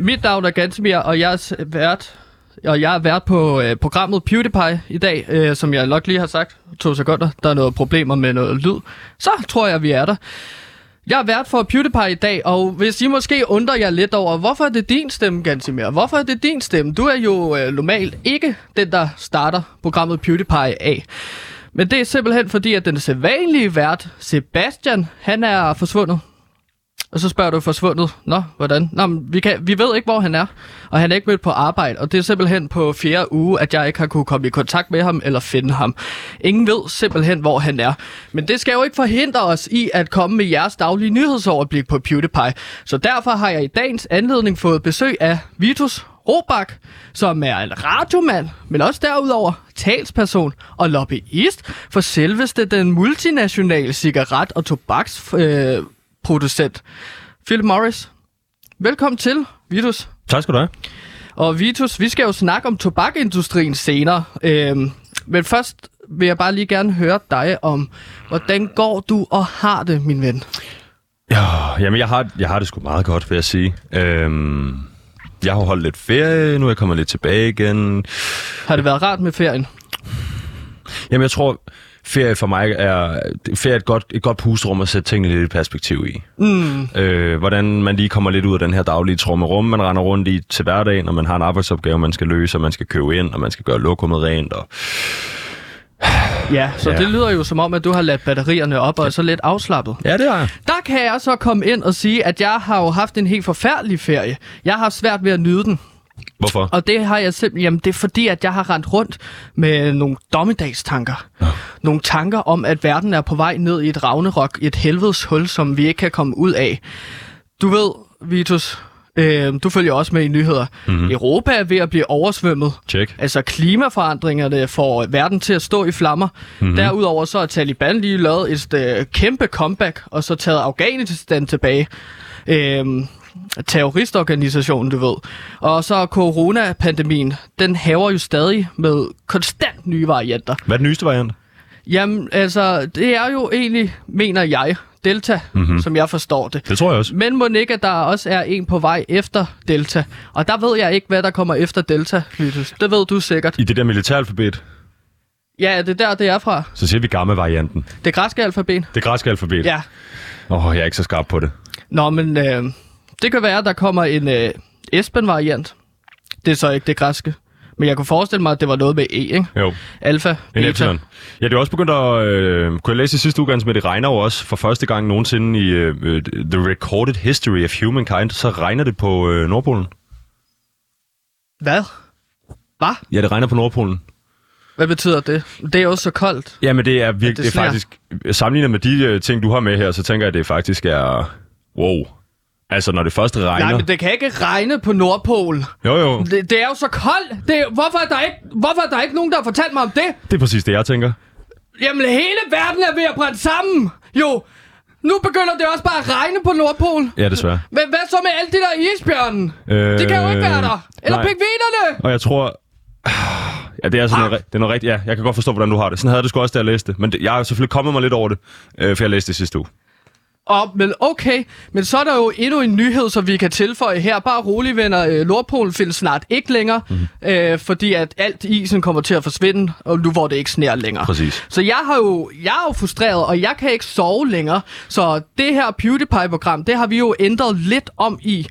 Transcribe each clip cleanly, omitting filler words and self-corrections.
Mit navn er Gantemir, og jeg er vært på programmet PewDiePie i dag, som jeg nok lige har sagt. 2 sekunder. Der er noget problemer med noget lyd. Så tror jeg, vi er der. Jeg er vært for PewDiePie i dag, og hvis I måske undrer jer lidt over, hvorfor er det din stemme, Gantemir? Hvorfor er det din stemme? Du er jo normalt ikke den, der starter programmet PewDiePie af. Men det er simpelthen fordi, at den sædvanlige vært, Sebastian, han er forsvundet. Og så spørger du, forsvundet? Nå, hvordan? Nå, men vi ved ikke, hvor han er, og han er ikke mødt på arbejde, og det er simpelthen på 4. uge, at jeg ikke har kunne komme i kontakt med ham eller finde ham. Ingen ved simpelthen, hvor han er. Men det skal jo ikke forhindre os i at komme med jeres daglige nyhedsoverblik på PewDiePie. Så derfor har jeg i dagens anledning fået besøg af Vitus Robak, som er en radiomand, men også derudover talsperson og lobbyist for selveste den multinationale cigaret- og tobaksproducent Philip Morris. Velkommen til, Vitus. Tak skal du have. Og Vitus, vi skal jo snakke om tobakindustrien senere, men først vil jeg bare lige gerne høre dig om, hvordan går du og har det, min ven? Ja, jamen jeg har det sgu meget godt, vil jeg sige. Jeg har holdt lidt ferie, nu er jeg kommet lidt tilbage igen. Har det været rart med ferien? Jamen jeg tror, ferie for mig er et godt pusterum at sætte tingene lidt i perspektiv i. Hvordan man lige kommer lidt ud af den her daglige trummerum, man render rundt i til hverdagen, og man har en arbejdsopgave, man skal løse, og man skal købe ind, og man skal gøre lokummet rent. Og ja, så det lyder jo som om, at du har ladt batterierne op og er så lidt afslappet. Ja, det har jeg. Der kan jeg så komme ind og sige, at jeg har jo haft en helt forfærdelig ferie. Jeg har svært ved at nyde den. Hvorfor? Og det har jeg simpelthen... Jamen, det er fordi, at jeg har rendt rundt med nogle dommedagstanker. Ja. Nogle tanker om, at verden er på vej ned i et ragnarok, i et helvedes hul, som vi ikke kan komme ud af. Du ved, Vitus... du følger også med i nyheder. Mm-hmm. Europa er ved at blive oversvømmet. Check. Altså klimaforandringerne får verden til at stå i flammer. Mm-hmm. Derudover så har Taliban lige lavet et kæmpe comeback, og så taget Afghanistan tilbage. Terroristorganisationen, du ved. Og så coronapandemien, den hærger jo stadig med konstant nye varianter. Hvad er den nyeste variant? Jamen, altså, det er jo egentlig, mener jeg, Delta, som jeg forstår det. Det tror jeg også. Men må ikke, at der også er en på vej efter Delta. Og der ved jeg ikke, hvad der kommer efter Delta, Vitus. Det ved du sikkert. I det der militæralfabet? Ja, det er der, det er fra. Så siger vi gamma-varianten. Det græske alfabet. Det græske alfabet? Ja. Jeg er ikke så skarp på det. Nå, men det kan være, at der kommer en Esben-variant. Det er så ikke det græske. Men jeg kunne forestille mig, at det var noget med E, ikke? Jo. Alfa, beta. Epsilon. Ja, det er også begyndt at... kunne jeg læse i sidste uge, med det regner jo også for første gang nogensinde i The Recorded History of Humankind, så regner det på Nordpolen. Hvad? Hvad? Ja, det regner på Nordpolen. Hvad betyder det? Det er jo så koldt. Ja, men det er virkelig... Det er faktisk... Sammenlignet med de ting, du har med her, så tænker jeg, at det faktisk er... Wow. Altså, når det først regner... Nej, men det kan ikke regne på Nordpol. Jo. Det er jo så koldt. Hvorfor er der ikke nogen, der har fortalt mig om det? Det er præcis det, jeg tænker. Jamen, hele verden er ved at brænde sammen. Jo, nu begynder det også bare at regne på Nordpol. Ja, desværre. Men hvad så med alle de der isbjørne? De kan jo ikke være der. Eller pingvinerne. Og jeg tror... Ja, det er sådan noget, det er noget rigtigt. Ja, jeg kan godt forstå, hvordan du har det. Sådan havde det sgu også, da jeg læste det. Men jeg har selvfølgelig kommet mig lidt over det, for jeg læste det sidste uge. Men okay, men så er der jo endnu en nyhed, som vi kan tilføje her. Bare rolig, venner. Nordpolen findes snart ikke længere, fordi at alt isen kommer til at forsvinde, og nu hvor det ikke sner længere. Præcis. Så jeg er jo frustreret, og jeg kan ikke sove længere. Så det her PewDiePie-program, det har vi jo ændret lidt om i,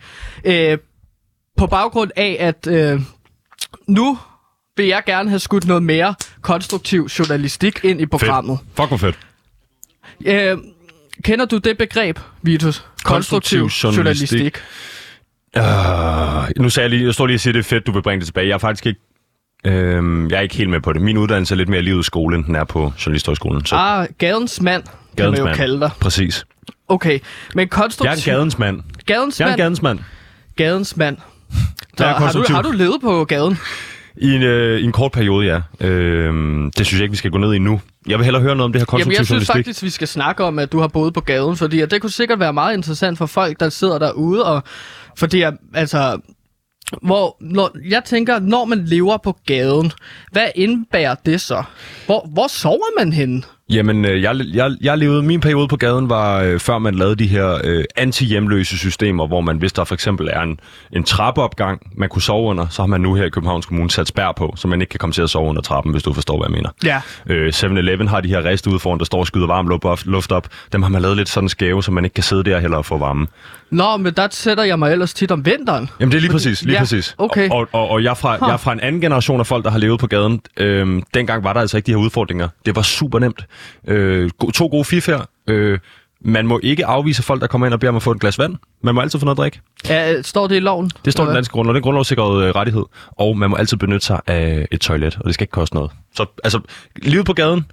på baggrund af, at nu vil jeg gerne have skudt noget mere konstruktiv journalistik ind i programmet. Fedt. Fuck, hvor fedt. Kender du det begreb, Vitus? Konstruktiv journalistik. Nu sagde jeg står lige og siger, det er fedt, du vil bringe det tilbage. Jeg er faktisk ikke, jeg er ikke helt med på det. Min uddannelse er lidt mere livets skole, end den er på Journalisthøjskolen. Så. Gadens mand, kan man jo kalde dig. Præcis. Okay, men konstruktiv... Jeg er en gadens mand. Jeg er en gadens mand. Gadens mand. Har du levet på gaden? I en kort periode, ja. Det synes jeg ikke, vi skal gå ned i nu. Jeg vil hellere høre noget om det her konstruktiv journalistik. Jeg synes faktisk, vi skal snakke om, at du har boet på gaden, fordi at det kunne sikkert være meget interessant for folk, der sidder derude, og fordi altså... jeg tænker, når man lever på gaden, hvad indebærer det så? Hvor sover man henne? Jamen, jeg levede... Min periode på gaden var, før man lavede de her anti-hjemløse systemer, hvor man, hvis der for eksempel er en trappeopgang, man kunne sove under, så har man nu her i Københavns Kommune sat spærr på, så man ikke kan komme til at sove under trappen, hvis du forstår, hvad jeg mener. Ja. 7-Eleven har de her riste ude foran, der står og skyder varm luft op. Dem har man lavet lidt sådan skæve, så man ikke kan sidde der heller og få varme. Nå, men der sætter jeg mig ellers tit om vinteren. Jamen, det er lige præcis. Okay. Og jeg er fra en anden generation af folk, der har levet på gaden. Dengang var der altså ikke de her udfordringer. Det var super nemt. 2 gode fifær. Man må ikke afvise folk, der kommer ind og beder om at få et glas vand. Man må altid få noget at drikke. Ja, står det i loven? Det står i den danske grundlov. Det er en grundlovssikret rettighed. Og man må altid benytte sig af et toilet, og det skal ikke koste noget. Så altså, livet på gaden...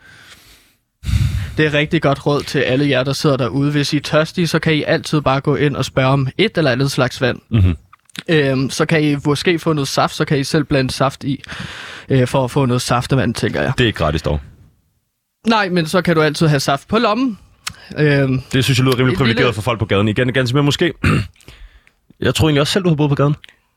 Det er rigtig godt råd til alle jer, der sidder derude. Hvis I er tørstige, så kan I altid bare gå ind og spørge om et eller andet slags vand. Mm-hmm. Så kan I måske få noget saft, så kan I selv blande saft i, for at få noget saftevand, tænker jeg. Det er ikke gratis dog. Nej, men så kan du altid have saft på lommen. Det synes jeg lyder rimelig privilegeret for folk på gaden. Igen, men måske... Jeg tror egentlig også selv, du har boet på gaden.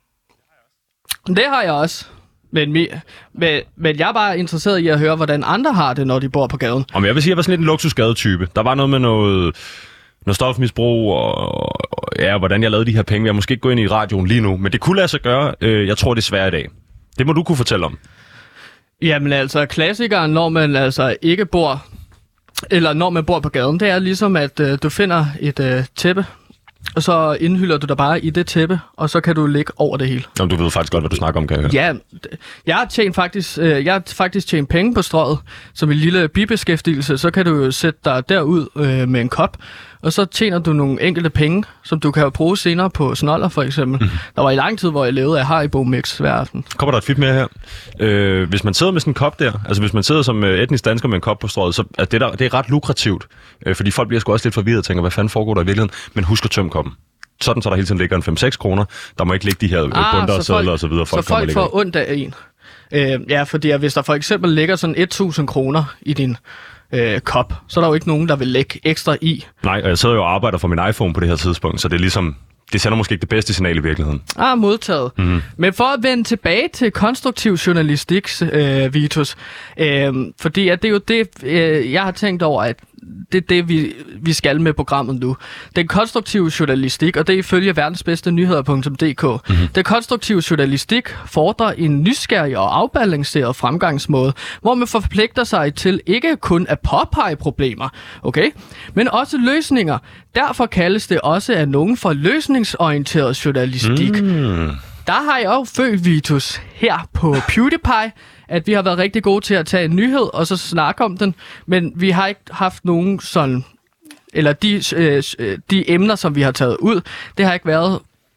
Det har jeg også. Men jeg er bare interesseret i at høre, hvordan andre har det, når de bor på gaden. Men jeg vil sige, at jeg var sådan lidt en luksusgadetype. Der var noget med noget stofmisbrug, og hvordan jeg lavede de her penge. Jeg måske ikke gå ind i radioen lige nu, men det kunne lade sig gøre. Jeg tror, det er svært i dag. Det må du kunne fortælle om. Jamen altså, klassikeren, når man altså ikke bor, eller når man bor på gaden, det er ligesom, at du finder et tæppe, og så indhylder du dig bare i det tæppe, og så kan du ligge over det hele. Jamen, du ved faktisk godt, hvad du snakker om, kan jeg høre. Ja, jeg har faktisk tjent penge på strøget, som en lille bibeskæftigelse. Så kan du jo sætte dig derud med en kop, og så tjener du nogle enkelte penge, som du kan bruge senere på snoller, for eksempel. Mm-hmm. Der var i lang tid, hvor jeg levede af Haribo Mix hver aften. Kommer der et fif mere her? Hvis man sidder med sådan en kop der, altså hvis man sidder som etnisk dansker med en kop på strøget, så er det er ret lukrativt. Fordi folk bliver sgu også lidt forvirret og tænker, hvad fanden foregår der i virkeligheden? Men husk at tømme koppen. Sådan, så der hele tiden ligger en 5-6 kroner. Der må ikke ligge de her bunter og sædler og så videre. Så folk får ondt af en. Ja, fordi hvis der for eksempel ligger sådan 1.000 kroner i din kop, så er der jo ikke nogen, der vil lægge ekstra i. Nej, og jeg sidder jo og arbejder for min iPhone på det her tidspunkt, så det er ligesom... Det sender måske ikke det bedste signal i virkeligheden. Modtaget. Mm-hmm. Men for at vende tilbage til konstruktiv journalistik, Vitus, fordi at det er jo det, jeg har tænkt over, at det er det, vi skal med programmet nu. Den konstruktive journalistik, og det er ifølge verdensbedstenyheder.dk. Mm-hmm. Den konstruktive journalistik fordrer en nysgerrig og afbalanceret fremgangsmåde, hvor man forpligter sig til ikke kun at påpege problemer, okay, men også løsninger. Derfor kaldes det også af nogen for løsningsorienteret journalistik. Der har jeg jo følt, Vitus, her på PewDiePie, at vi har været rigtig gode til at tage en nyhed og så snakke om den, men vi har ikke haft nogen sådan, eller de emner, som vi har taget ud, det har ikke været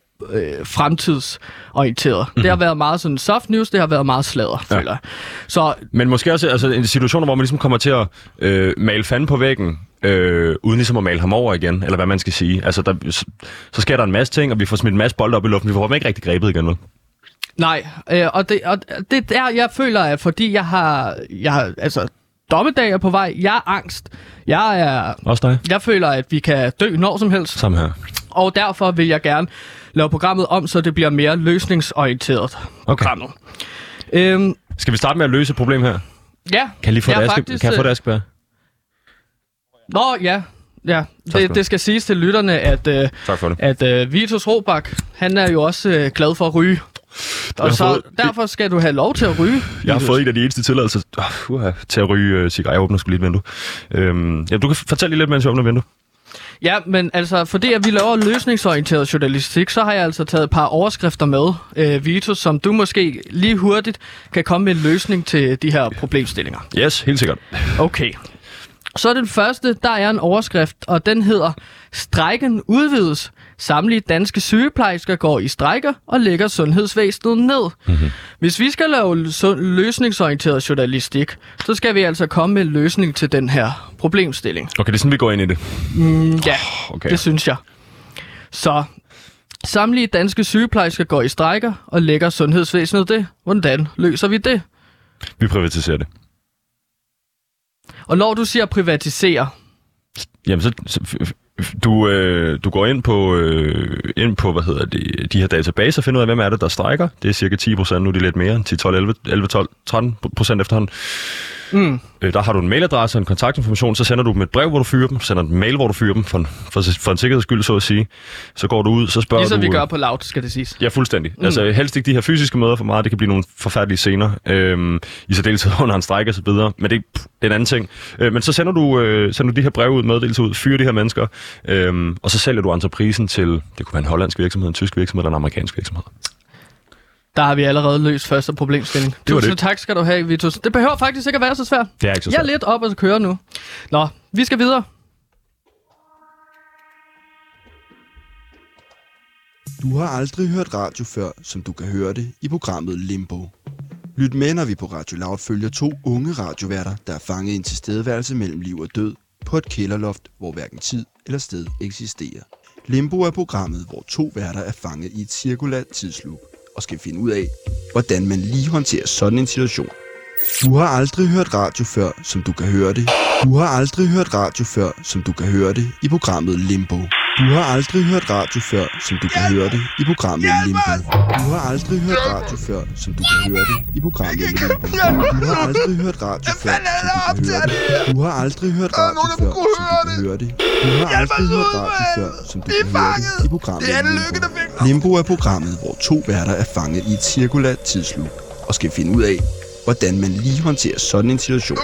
fremtidsorienteret. Mm-hmm. Det har været meget sådan soft news, det har været meget sladder, føler jeg. Så, men måske også altså, en situation, hvor man ligesom kommer til at male fanden på væggen, uden ligesom at male ham over igen, eller hvad man skal sige. Altså, så sker der en masse ting, og vi får smidt en masse bolde op i luften. Vi får dem ikke rigtig grebet igen, vel? Nej, og det der, jeg føler, at fordi jeg har altså, dommedag er på vej, jeg er angst. Også dig? Jeg føler, at vi kan dø når som helst. Samme her. Og derfor vil jeg gerne lave programmet om, så det bliver mere løsningsorienteret. Programmet. Skal vi starte med at løse et problem her? Ja. Kan jeg få det, Askebær? Nå, ja. Ja, det skal siges til lytterne, at Vitus Robak, han er jo også glad for at ryge. Og så derfor skal du have lov til at ryge. Jeg har fået en af de eneste tilladelser til at ryge cigaret. Jeg åbner sgu lige et vindue. Du kan fortælle lidt, mens jeg åbner vindue. Ja, men altså, fordi at vi laver løsningsorienteret journalistik, så har jeg altså taget et par overskrifter med, Vitus, som du måske lige hurtigt kan komme med en løsning til de her problemstillinger. Yes, helt sikkert. Okay. Så den første, der er en overskrift, og den hedder: Strejken udvides. Samtlige danske sygeplejersker går i strejker og lægger sundhedsvæsenet ned. Mm-hmm. Hvis vi skal lave løsningsorienteret journalistik, så skal vi altså komme med en løsning til den her problemstilling. Okay, det er sådan, vi går ind i det? Ja, okay. Det synes jeg. Så samtlige danske sygeplejersker går i strejker og lægger sundhedsvæsenet det. Hvordan løser vi det? Vi privatiserer det. Og når du siger privatisere... Jamen, så du går ind på de her databaser og finder ud af, hvem er det, der strejker. Det er cirka 10%, nu er de lidt mere, 10, 12, 11, 12, 13% efterhånden. Der har du en mailadresse og en kontaktinformation, så sender du dem et brev, hvor du fyrer dem, sender en mail, hvor du fyrer dem, for en sikkerheds skyld, så at sige. Så går du ud, så spørger ligesom du... vi gør på Loud, skal det siges. Ja, fuldstændig. Altså helst ikke de her fysiske møder for meget, det kan blive nogle forfærdelige scener, i særdeleshed under en strejke og så videre, men det er en anden ting. Men så sender du de her breve ud, meddelelser ud, fyrer de her mennesker, og så sælger du entreprisen til, det kunne være en hollandsk virksomhed, en tysk virksomhed eller en amerikansk virksomhed. Der har vi allerede løst første problemstilling. Tusind tak skal du have, Vitus. Det behøver faktisk ikke at være så svært. Det er ikke så svært. Jeg er lidt op og køre nu. Nå, vi skal videre. Du har aldrig hørt radio før, som du kan høre det i programmet Limbo. Lyt med, når vi på Radio Loud følger 2 unge radioværter, der er fanget i en tilstedeværelse mellem liv og død på et kælderloft, hvor hverken tid eller sted eksisterer. Limbo er programmet, hvor 2 værter er fanget i et cirkulært tidsloop og skal finde ud af, hvordan man lige håndterer sådan en situation. Du har aldrig hørt radio før, som du kan høre det. Du har aldrig hørt radio før, som du kan høre det i programmet Limbo. Du har aldrig hørt radio før, som du kan høre det i programmet Limbo. Du har aldrig hørt radio før, som du kan høre det i programmet Limbo. Du har aldrig hørt radio før, som du kan høre det. Du har aldrig hørt radio før, som du kan høre det. Du har aldrig hørt radio før, som du kan høre det i programmet Limbo. Limbo er programmet, hvor 2 værter er fanget i et cirkulært tidsloop og skal finde ud af, hvordan man lige håndterer sådan en situation.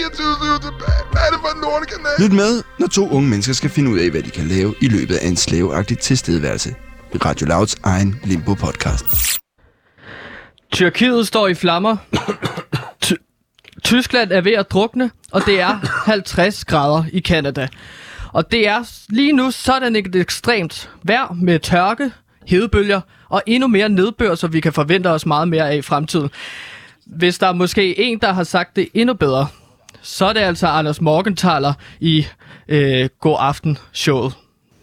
Lyt med, når 2 unge mennesker skal finde ud af, hvad de kan lave i løbet af en slaveagtig tilstedeværelse. I Radio Louds egen Limbo-podcast. Tyrkiet står i flammer. Tyskland er ved at drukne, og det er 50 grader i Canada. Og det er lige nu sådan et ekstremt vejr med tørke, hedebølger og endnu mere nedbør, så vi kan forvente os meget mere af i fremtiden. Hvis der er måske en, der har sagt det endnu bedre, så er det altså Anders Morgenthaler i God Aften-showet.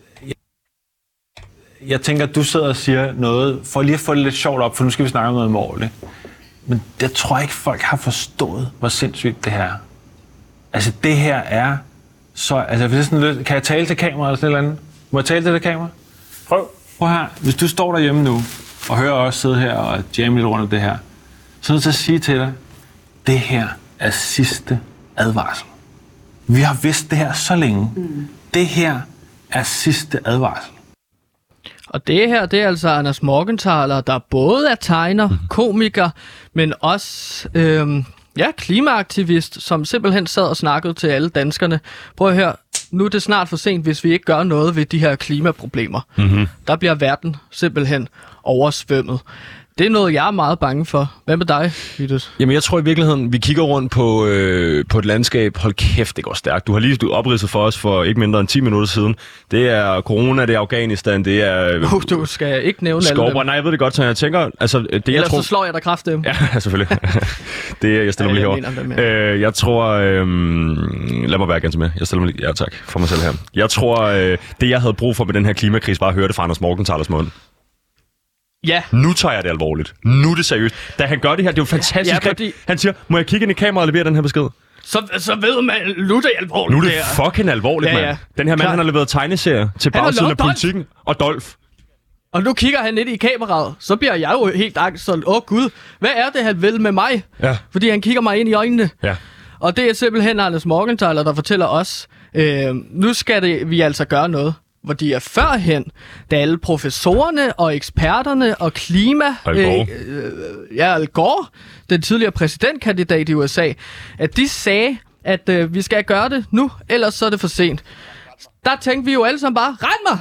Jeg tænker, at du sidder og siger noget, for lige at få det lidt sjovt op, for nu skal vi snakke om noget alvorligt. Men jeg tror ikke, folk har forstået, hvor sindssygt det her er. Altså, det her er så... Altså, det er sådan lidt, kan jeg tale til kameraet eller sådan noget andet? Må jeg tale til det kamera? Prøv her. Hvis du står derhjemme nu, og hører os sidde her og jamme lidt rundt af det her, så er jeg nødt til at sige til dig, det her er sidste advarsel. Vi har vidst det her så længe. Det her er sidste advarsel. Og det her, det er altså Anders Morgenthaler, der både er tegner, komiker, men også klimaaktivist, som simpelthen sad og snakkede til alle danskerne. Prøv at høre, nu er det snart for sent, hvis vi ikke gør noget ved de her klimaproblemer. Der bliver verden simpelthen oversvømmet. Det er noget, jeg er meget bange for. Hvad med dig, Vitus? Jamen, jeg tror i virkeligheden, vi kigger rundt på et landskab. Hold kæft, det går stærkt. Du har lige opridset for os for ikke mindre end 10 minutter siden. Det er corona, det er Afghanistan, det er... Du skal ikke nævne alle dem. Nej, jeg ved det godt, så jeg tænker... Altså, det, ellers jeg tror... så slår jeg dig kraftedeme. Ja, selvfølgelig. Det jeg stiller mig lige over. Jeg tror... lad mig være ganske med. Jeg stiller mig lige... Ja, tak. For mig selv her. Jeg tror, det jeg havde brug for med den her klimakrise, var at høre det fra Anders Morgenthalers mund. Ja. Nu tager jeg det alvorligt. Nu er det seriøst. Da han gør det her, det er jo fantastisk. Ja, fordi... Han siger, må jeg kigge ind i kameraet og levere den her besked? Så ved man, nu er det alvorligt. Nu er det fucking alvorligt, mand. Ja. Den her mand, han har leveret tegneserier til bagsiden af Politikken og Dolf. Og nu kigger han lidt i kameraet, så bliver jeg jo helt angst sådan, gud, hvad er det, han vil med mig? Ja. Fordi han kigger mig ind i øjnene. Ja. Og det er simpelthen Anders Morgenthaler, der fortæller os, nu skal vi altså gøre noget. Hvor de er førhen, da alle professorerne og eksperterne og Al Gore, den tidligere præsidentkandidat i USA, at de sagde, at vi skal gøre det nu, ellers så er det for sent. Der tænkte vi jo alle sammen bare, ret mig!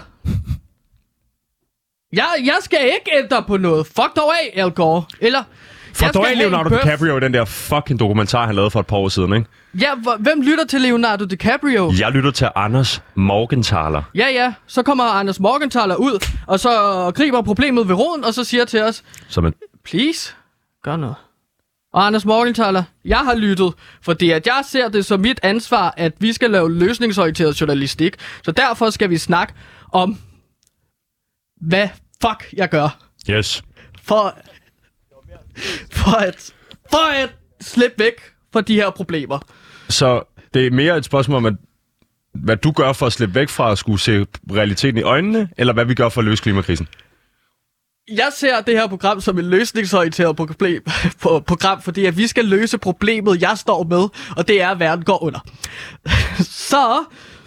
Jeg skal ikke ændre på noget. Fuck dog af, Al Gore. Eller... For dog af Leonardo DiCaprio i den der fucking dokumentar, han lavede for et par år siden, ikke? Ja, hvem lytter til Leonardo DiCaprio? Jeg lytter til Anders Morgenthaler. Ja. Så kommer Anders Morgenthaler ud, og så griber problemet ved roden, og så siger til os, please, gør noget. Og Anders Morgenthaler, jeg har lyttet, fordi at jeg ser det som mit ansvar, at vi skal lave løsningsorienteret journalistik. Så derfor skal vi snakke om, hvad fuck jeg gør. Yes. For at slippe væk fra de her problemer. Så det er mere et spørgsmål om, hvad du gør for at slippe væk fra at skulle se realiteten i øjnene, eller hvad vi gør for at løse klimakrisen? Jeg ser det her program som et løsningsorienteret program, fordi at vi skal løse problemet, jeg står med, og det er, at verden går under. Så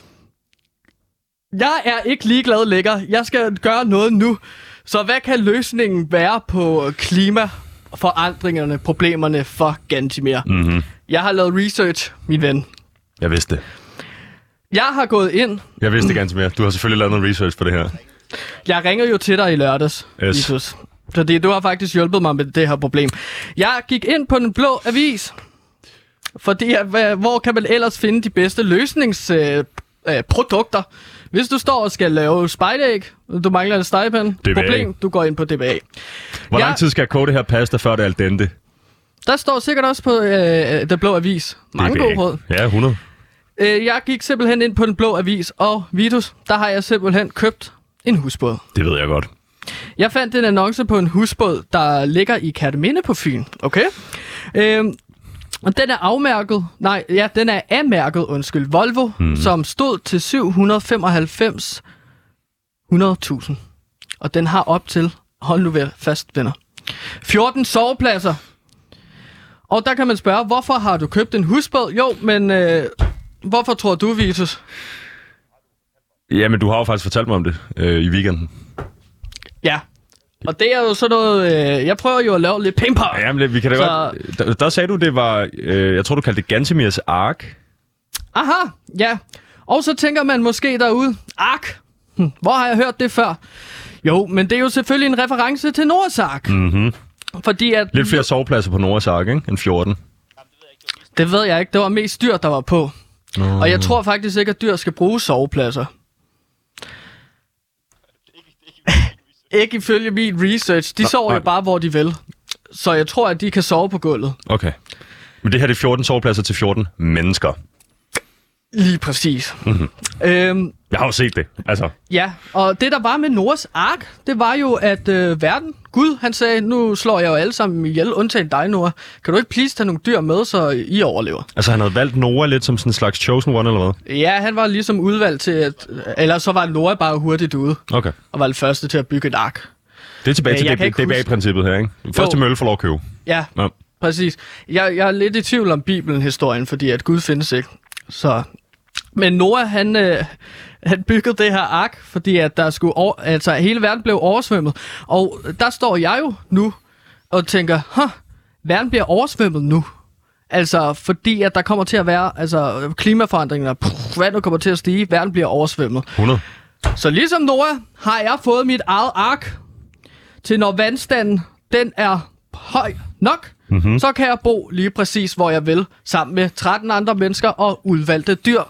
jeg er ikke ligeglad længere. Jeg skal gøre noget nu. Så hvad kan løsningen være på klimaforandringerne, problemerne for Gantimir? Mm-hmm. Jeg har lavet research, min ven. Jeg vidste det. Jeg har gået ind. Jeg vidste det ganske mere. Du har selvfølgelig lavet noget research på det her. Jeg ringer jo til dig i lørdags, Jesus. Fordi du har faktisk hjulpet mig med det her problem. Jeg gik ind på Den Blå Avis. Fordi, hvor kan man ellers finde de bedste løsningsprodukter? Hvis du står og skal lave spejlæg, du mangler en stegepan, problem, du går ind på DBA. Hvor lang tid skal jeg koge det her pasta, før det er al dente? Der står sikkert også på Den Blå Avis. Mange gode råd. Ja, 100. Jeg gik simpelthen ind på Den Blå Avis, og Vitus, der har jeg simpelthen købt en husbåd. Det ved jeg godt. Jeg fandt en annonce på en husbåd, der ligger i Kerteminde på Fyn. Okay? Og den er afmærket, den er afmærket, Volvo, som stod til 795.100.000. Og den har op til, hold nu ved fast, venner, 14 sovepladser. Og der kan man spørge, hvorfor har du købt en husbåd? Jo, men hvorfor tror du, Vitus? Jamen, du har jo faktisk fortalt mig om det i weekenden. Ja. Og det er jo sådan noget... jeg prøver jo at lave lidt ping-pong. Jamen, vi kan da godt... Der sagde du, det var... jeg tror, du kaldte det Gantimirs ark. Aha, ja. Og så tænker man måske derude... Ark? Hvor har jeg hørt det før? Jo, men det er jo selvfølgelig en reference til Noahs ark. Mm-hmm. Fordi at... Lidt flere sovepladser på Noahs ark, ikke? End 14. Det ved jeg ikke. Det var mest dyr, der var på. Og jeg tror faktisk ikke, at dyr skal bruge sovepladser. Ikke ifølge min research. De sover jo bare, hvor de vil. Så jeg tror, at de kan sove på gulvet. Okay. Men det her er 14 sovepladser til 14 mennesker. Lige præcis. Mm-hmm. Jeg har jo set det, altså. Ja, og det der var med Noahs ark, det var jo, at verden, Gud, han sagde, nu slår jeg jo alle sammen ihjel, undtagen dig, Noah. Kan du ikke please tage nogle dyr med, så I overlever? Altså han havde valgt Noah lidt som sådan en slags chosen one, eller hvad? Ja, han var ligesom udvalgt til, at... Eller så var Noah bare hurtigt ude. Okay. Og var den første til at bygge et ark. Det er tilbage til DBA-princippet her, ikke? Første mølle får lov at købe. Ja, præcis. Jeg er lidt i tvivl om Bibelen-historien, fordi at Gud findes ikke. Så... Men Noah, han byggede det her ark, fordi at der skulle hele verden blev oversvømmet. Og der står jeg jo nu og tænker, verden bliver oversvømmet nu. Altså, fordi at der kommer til at være klimaforandringer, vandet kommer til at stige, verden bliver oversvømmet. 100. Så ligesom Noah har jeg fået mit eget ark til når vandstanden den er høj nok, så kan jeg bo lige præcis hvor jeg vil, sammen med 13 andre mennesker og udvalgte dyr.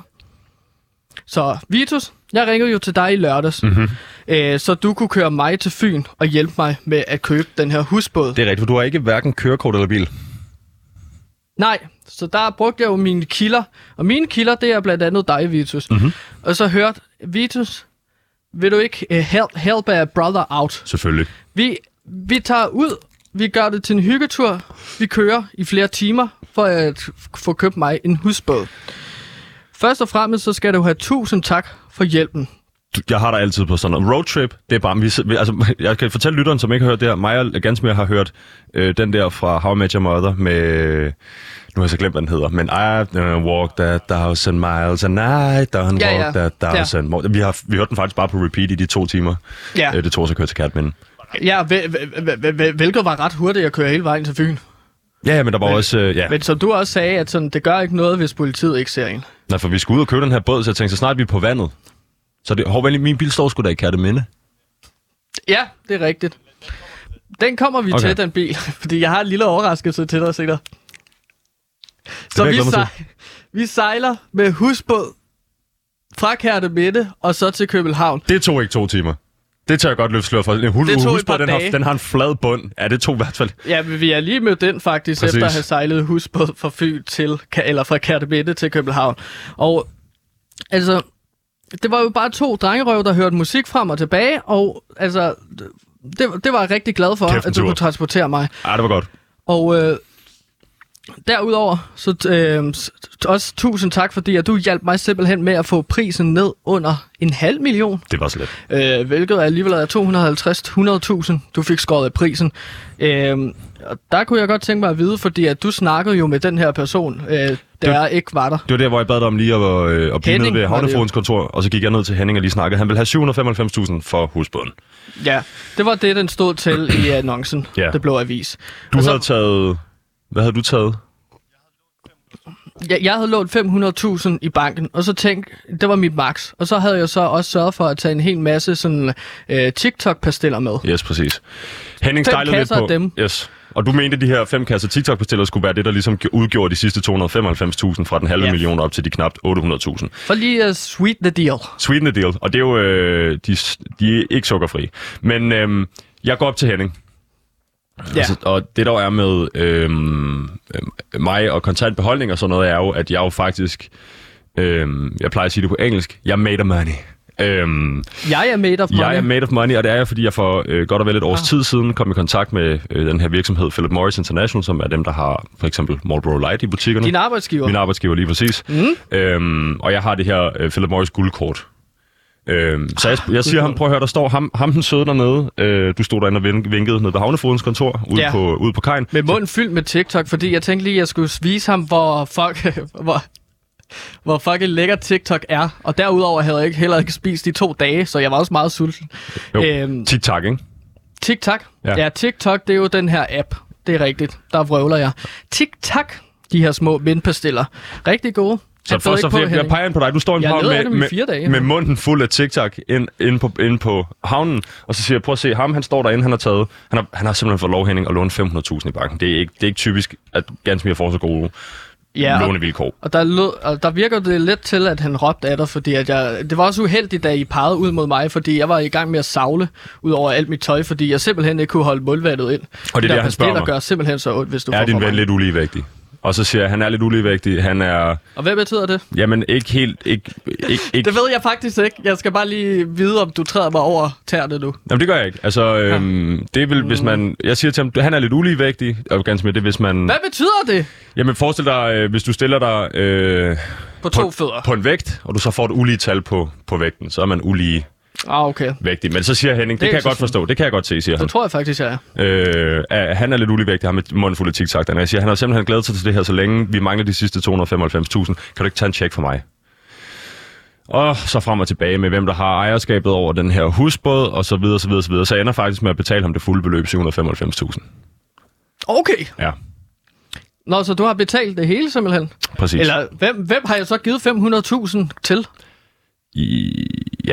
Så Vitus, jeg ringede jo til dig i lørdags, så du kunne køre mig til Fyn og hjælpe mig med at købe den her husbåd. Det er rigtigt, for du har ikke hverken kørekort eller bil. Nej, så der brugte jeg jo mine kilder, og mine kilder, det er blandt andet dig, Vitus. Og så hørte Vitus, vil du ikke help a brother out? Selvfølgelig. Vi tager ud, vi gør det til en hyggetur, vi kører i flere timer for at få købt mig en husbåd. Først og fremmest, så skal du have 1000 tak for hjælpen. Jeg har dig altid på sådan en roadtrip. Det er bare, jeg kan fortælle lytteren, som ikke har hørt det her. Mig og Gansmere har hørt den der fra How I Met Your Mother med... Nu har jeg så glemt, hvad den hedder. Men I've walked that 1000 miles and I don't walk that 1000 miles. Vi hørte den faktisk bare på repeat i de 2 timer. Ja. Det tog så at køre til Kerteminde. Ja, hvilket var ret hurtigt at køre hele vejen til Fyn. Ja, men der var også... Men som du også sagde, at sådan, det gør ikke noget, hvis politiet ikke ser en. Nej, for vi skulle ud og købe den her båd, så jeg tænkte, så snart vi er på vandet. Så min bil står sgu da i Kerteminde. Ja, det er rigtigt. Den kommer vi til, den bil. Fordi jeg har en lille overraskelse til dig senere. Så vi sejler med husbåd fra Kerteminde og så til København. Det tog ikke 2 timer. Det tør jeg godt løfte slør for. Husbåd, den har en flad bund. Ja, det tog i hvert fald. Ja, men vi er lige med den faktisk, efter at have sejlet husbåd fra Fyn fra Kerteminde til København. Og altså, det var jo bare 2 drengerøv, der hørte musik frem og tilbage, og altså, det var jeg rigtig glad for, at du kunne transportere mig. Ja, det var godt. Og Derudover, så også tusind tak, fordi at du hjalp mig simpelthen med at få prisen ned under 500.000. Det var slet. Hvilket alligevel er 250-100.000, du fik skåret af prisen. Og der kunne jeg godt tænke mig at vide, fordi at du snakkede jo med den her person, der ikke var der. Det var der, hvor jeg bad dig om lige at blive ned ved Havnefogedens kontor, og så gik jeg ned til Henning og lige snakkede. Han ville have 795.000 for husbåden. Ja, det var det, den stod til i annoncen, Det Blå Avis. Du havde taget... Hvad havde du taget? Jeg havde lånt 500.000 i banken, og så tænkte, det var mit max. Og så havde jeg så også sørget for at tage en hel masse sådan TikTok-pastiller med. Yes, præcis. Henning stejlede lidt på dem. Yes. Og du mente, at de her 5 kasser TikTok-pastiller skulle være det, der ligesom udgjorde de sidste 295.000 fra den halve million op til de knap 800.000. For lige at sweeten the deal. Sweeten the deal. Og det er jo... de er ikke sukkerfri. Men jeg går op til Henning. Ja. Altså, og det der er med mig og kontant beholdning og sådan noget, er jo, at jeg jo faktisk... jeg plejer at sige det på engelsk. Jeg made of money. Jeg er made of money. Jeg er made of money, og det er jeg, fordi jeg for godt og vel et års tid siden kom i kontakt med den her virksomhed, Philip Morris International, som er dem, der har for eksempel Marlboro Light i butikkerne. Din arbejdsgiver. Min arbejdsgiver, lige præcis. Og jeg har det her Philip Morris guldkort. Så jeg siger ham, prøv at høre, der står ham den søde dernede. Du stod derinde og vinkede ned ved Havnefogedens kontor, ude på kajen. Med munden fyldt med TikTok, fordi jeg tænkte lige, at jeg skulle vise ham, hvor fucking lækker TikTok er. Og derudover havde jeg heller ikke spist i 2 dage, så jeg var også meget sulten. TikTok, ikke? TikTok? Ja, TikTok, det er jo den her app. Det er rigtigt. Der vrøvler jeg. TikTok, de her små vindpastiller. rigtig gode. Så jeg peger på dig. Du står med munden fuld af TikTok inde på havnen, og så siger jeg, prøv at se ham, han står derinde, han har simpelthen fået lov, Henning, at låne 500.000 i banken. Det er ikke typisk, at Gansmir får så gode lånevilkår. Og der virker det lidt til, at han råbte af dig, fordi det var også uheldigt, da I pegede ud mod mig, fordi jeg var i gang med at savle ud over alt mit tøj, fordi jeg simpelthen ikke kunne holde mundvandet ind. Og det er der han spørger mig. Gør simpelthen så ondt, hvis du får for mig. Er din ven lidt uligevægtig? Og så siger jeg, han er lidt uligevægtig, han er... Og hvad betyder det? Jamen, ikke helt... Ikke. Det ved jeg faktisk ikke. Jeg skal bare lige vide, om du træder mig over tæerne nu. Jamen, det gør jeg ikke. Altså, det er vel, hvis man... Jeg siger til ham, han er lidt uligevægtig, og ganske med det, hvis man... Hvad betyder det? Jamen, forestil dig, hvis du stiller dig... på 2 fødder. På en vægt, og du så får et ulige tal på vægten, så er man ulige... okay. Vægtig. Men så siger Henning, det kan jeg godt forstå. Det kan jeg godt se, siger han. Det tror jeg faktisk, jeg er. Han er lidt uligevægtig, han med munden fuld af TikTok. Jeg siger, han har simpelthen glædet sig til det her, så længe vi mangler de sidste 295.000. Kan du ikke tage en check for mig? Og så frem og tilbage med, hvem der har ejerskabet over den her husbåd, og så videre, så videre, så videre. Så jeg ender faktisk med at betale ham det fulde beløb, 795.000. Okay. Ja. Nå, så du har betalt det hele simpelthen? Præcis. Eller hvem har jeg så givet 500.000 til? Ja.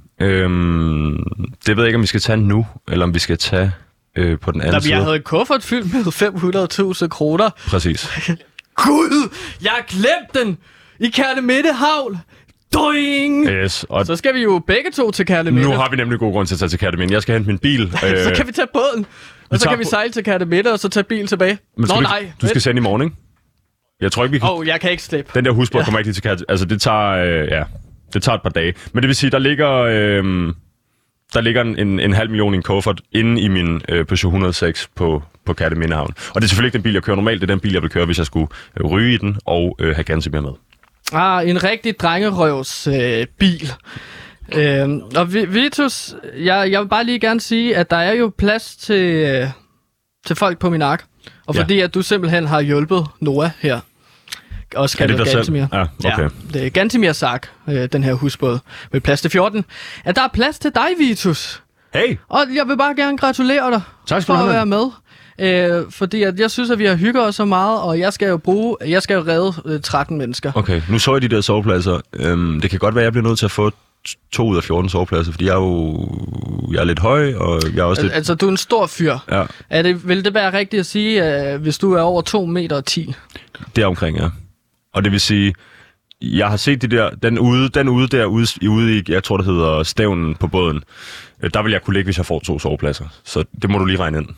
Det ved jeg ikke, om vi skal tage nu, eller om vi skal tage på den anden side. Jeg havde en kuffert fyldt med 500.000 kroner. Præcis. Gud, jeg har glemt den! I Kerteminde Havn! Doing! Yes, og så skal vi jo begge to til Kerteminde. Nu har vi nemlig god grund til at tage til Kerteminde. Jeg skal hente min bil. Så kan vi tage båden, og så kan vi sejle til Kerteminde, og så tage bil tilbage. Nej. Du skal sende i morgen, ikke? Jeg tror ikke, vi kan... jeg kan ikke slippe. Den der husbåd kommer ikke til Kerteminde. Altså, det tager... Det tager et par dage. Men det vil sige, der ligger en 500.000 i en kuffert inde i min Peugeot 106 på Kerteminde Havn. Og det er selvfølgelig ikke den bil, jeg kører normalt. Det er den bil, jeg vil køre, hvis jeg skulle ryge i den og have Gansmir med. En rigtig drengerøvs bil. Og Vitus, jeg vil bare lige gerne sige, at der er jo plads til folk på min ark. Og fordi at du simpelthen har hjulpet Noah her. Også kaldet Gansmir. Ja, okay. Ja, det er Gansmir Sark, den her husbåd med plads til 14. At der er plads til dig, Vitus. Hey! Og jeg vil bare gerne gratulere dig for at være med. Fordi at jeg synes, at vi har hygget os så meget, og jeg skal jo redde 13 mennesker. Okay, nu så jeg de der sovepladser. Det kan godt være, at jeg bliver nødt til at få 2 ud af 14 sovepladser, fordi jeg er lidt høj, og jeg er også lidt... Altså, du er en stor fyr. Ja. Vil det være rigtigt at sige, hvis du er over 2,10 meter? Det er omkring, ja. Og det vil sige, jeg har set den ude i, jeg tror det hedder stævnen på båden. Der vil jeg kunne ligge, hvis jeg får 2 sovepladser. Så det må du lige regne ind.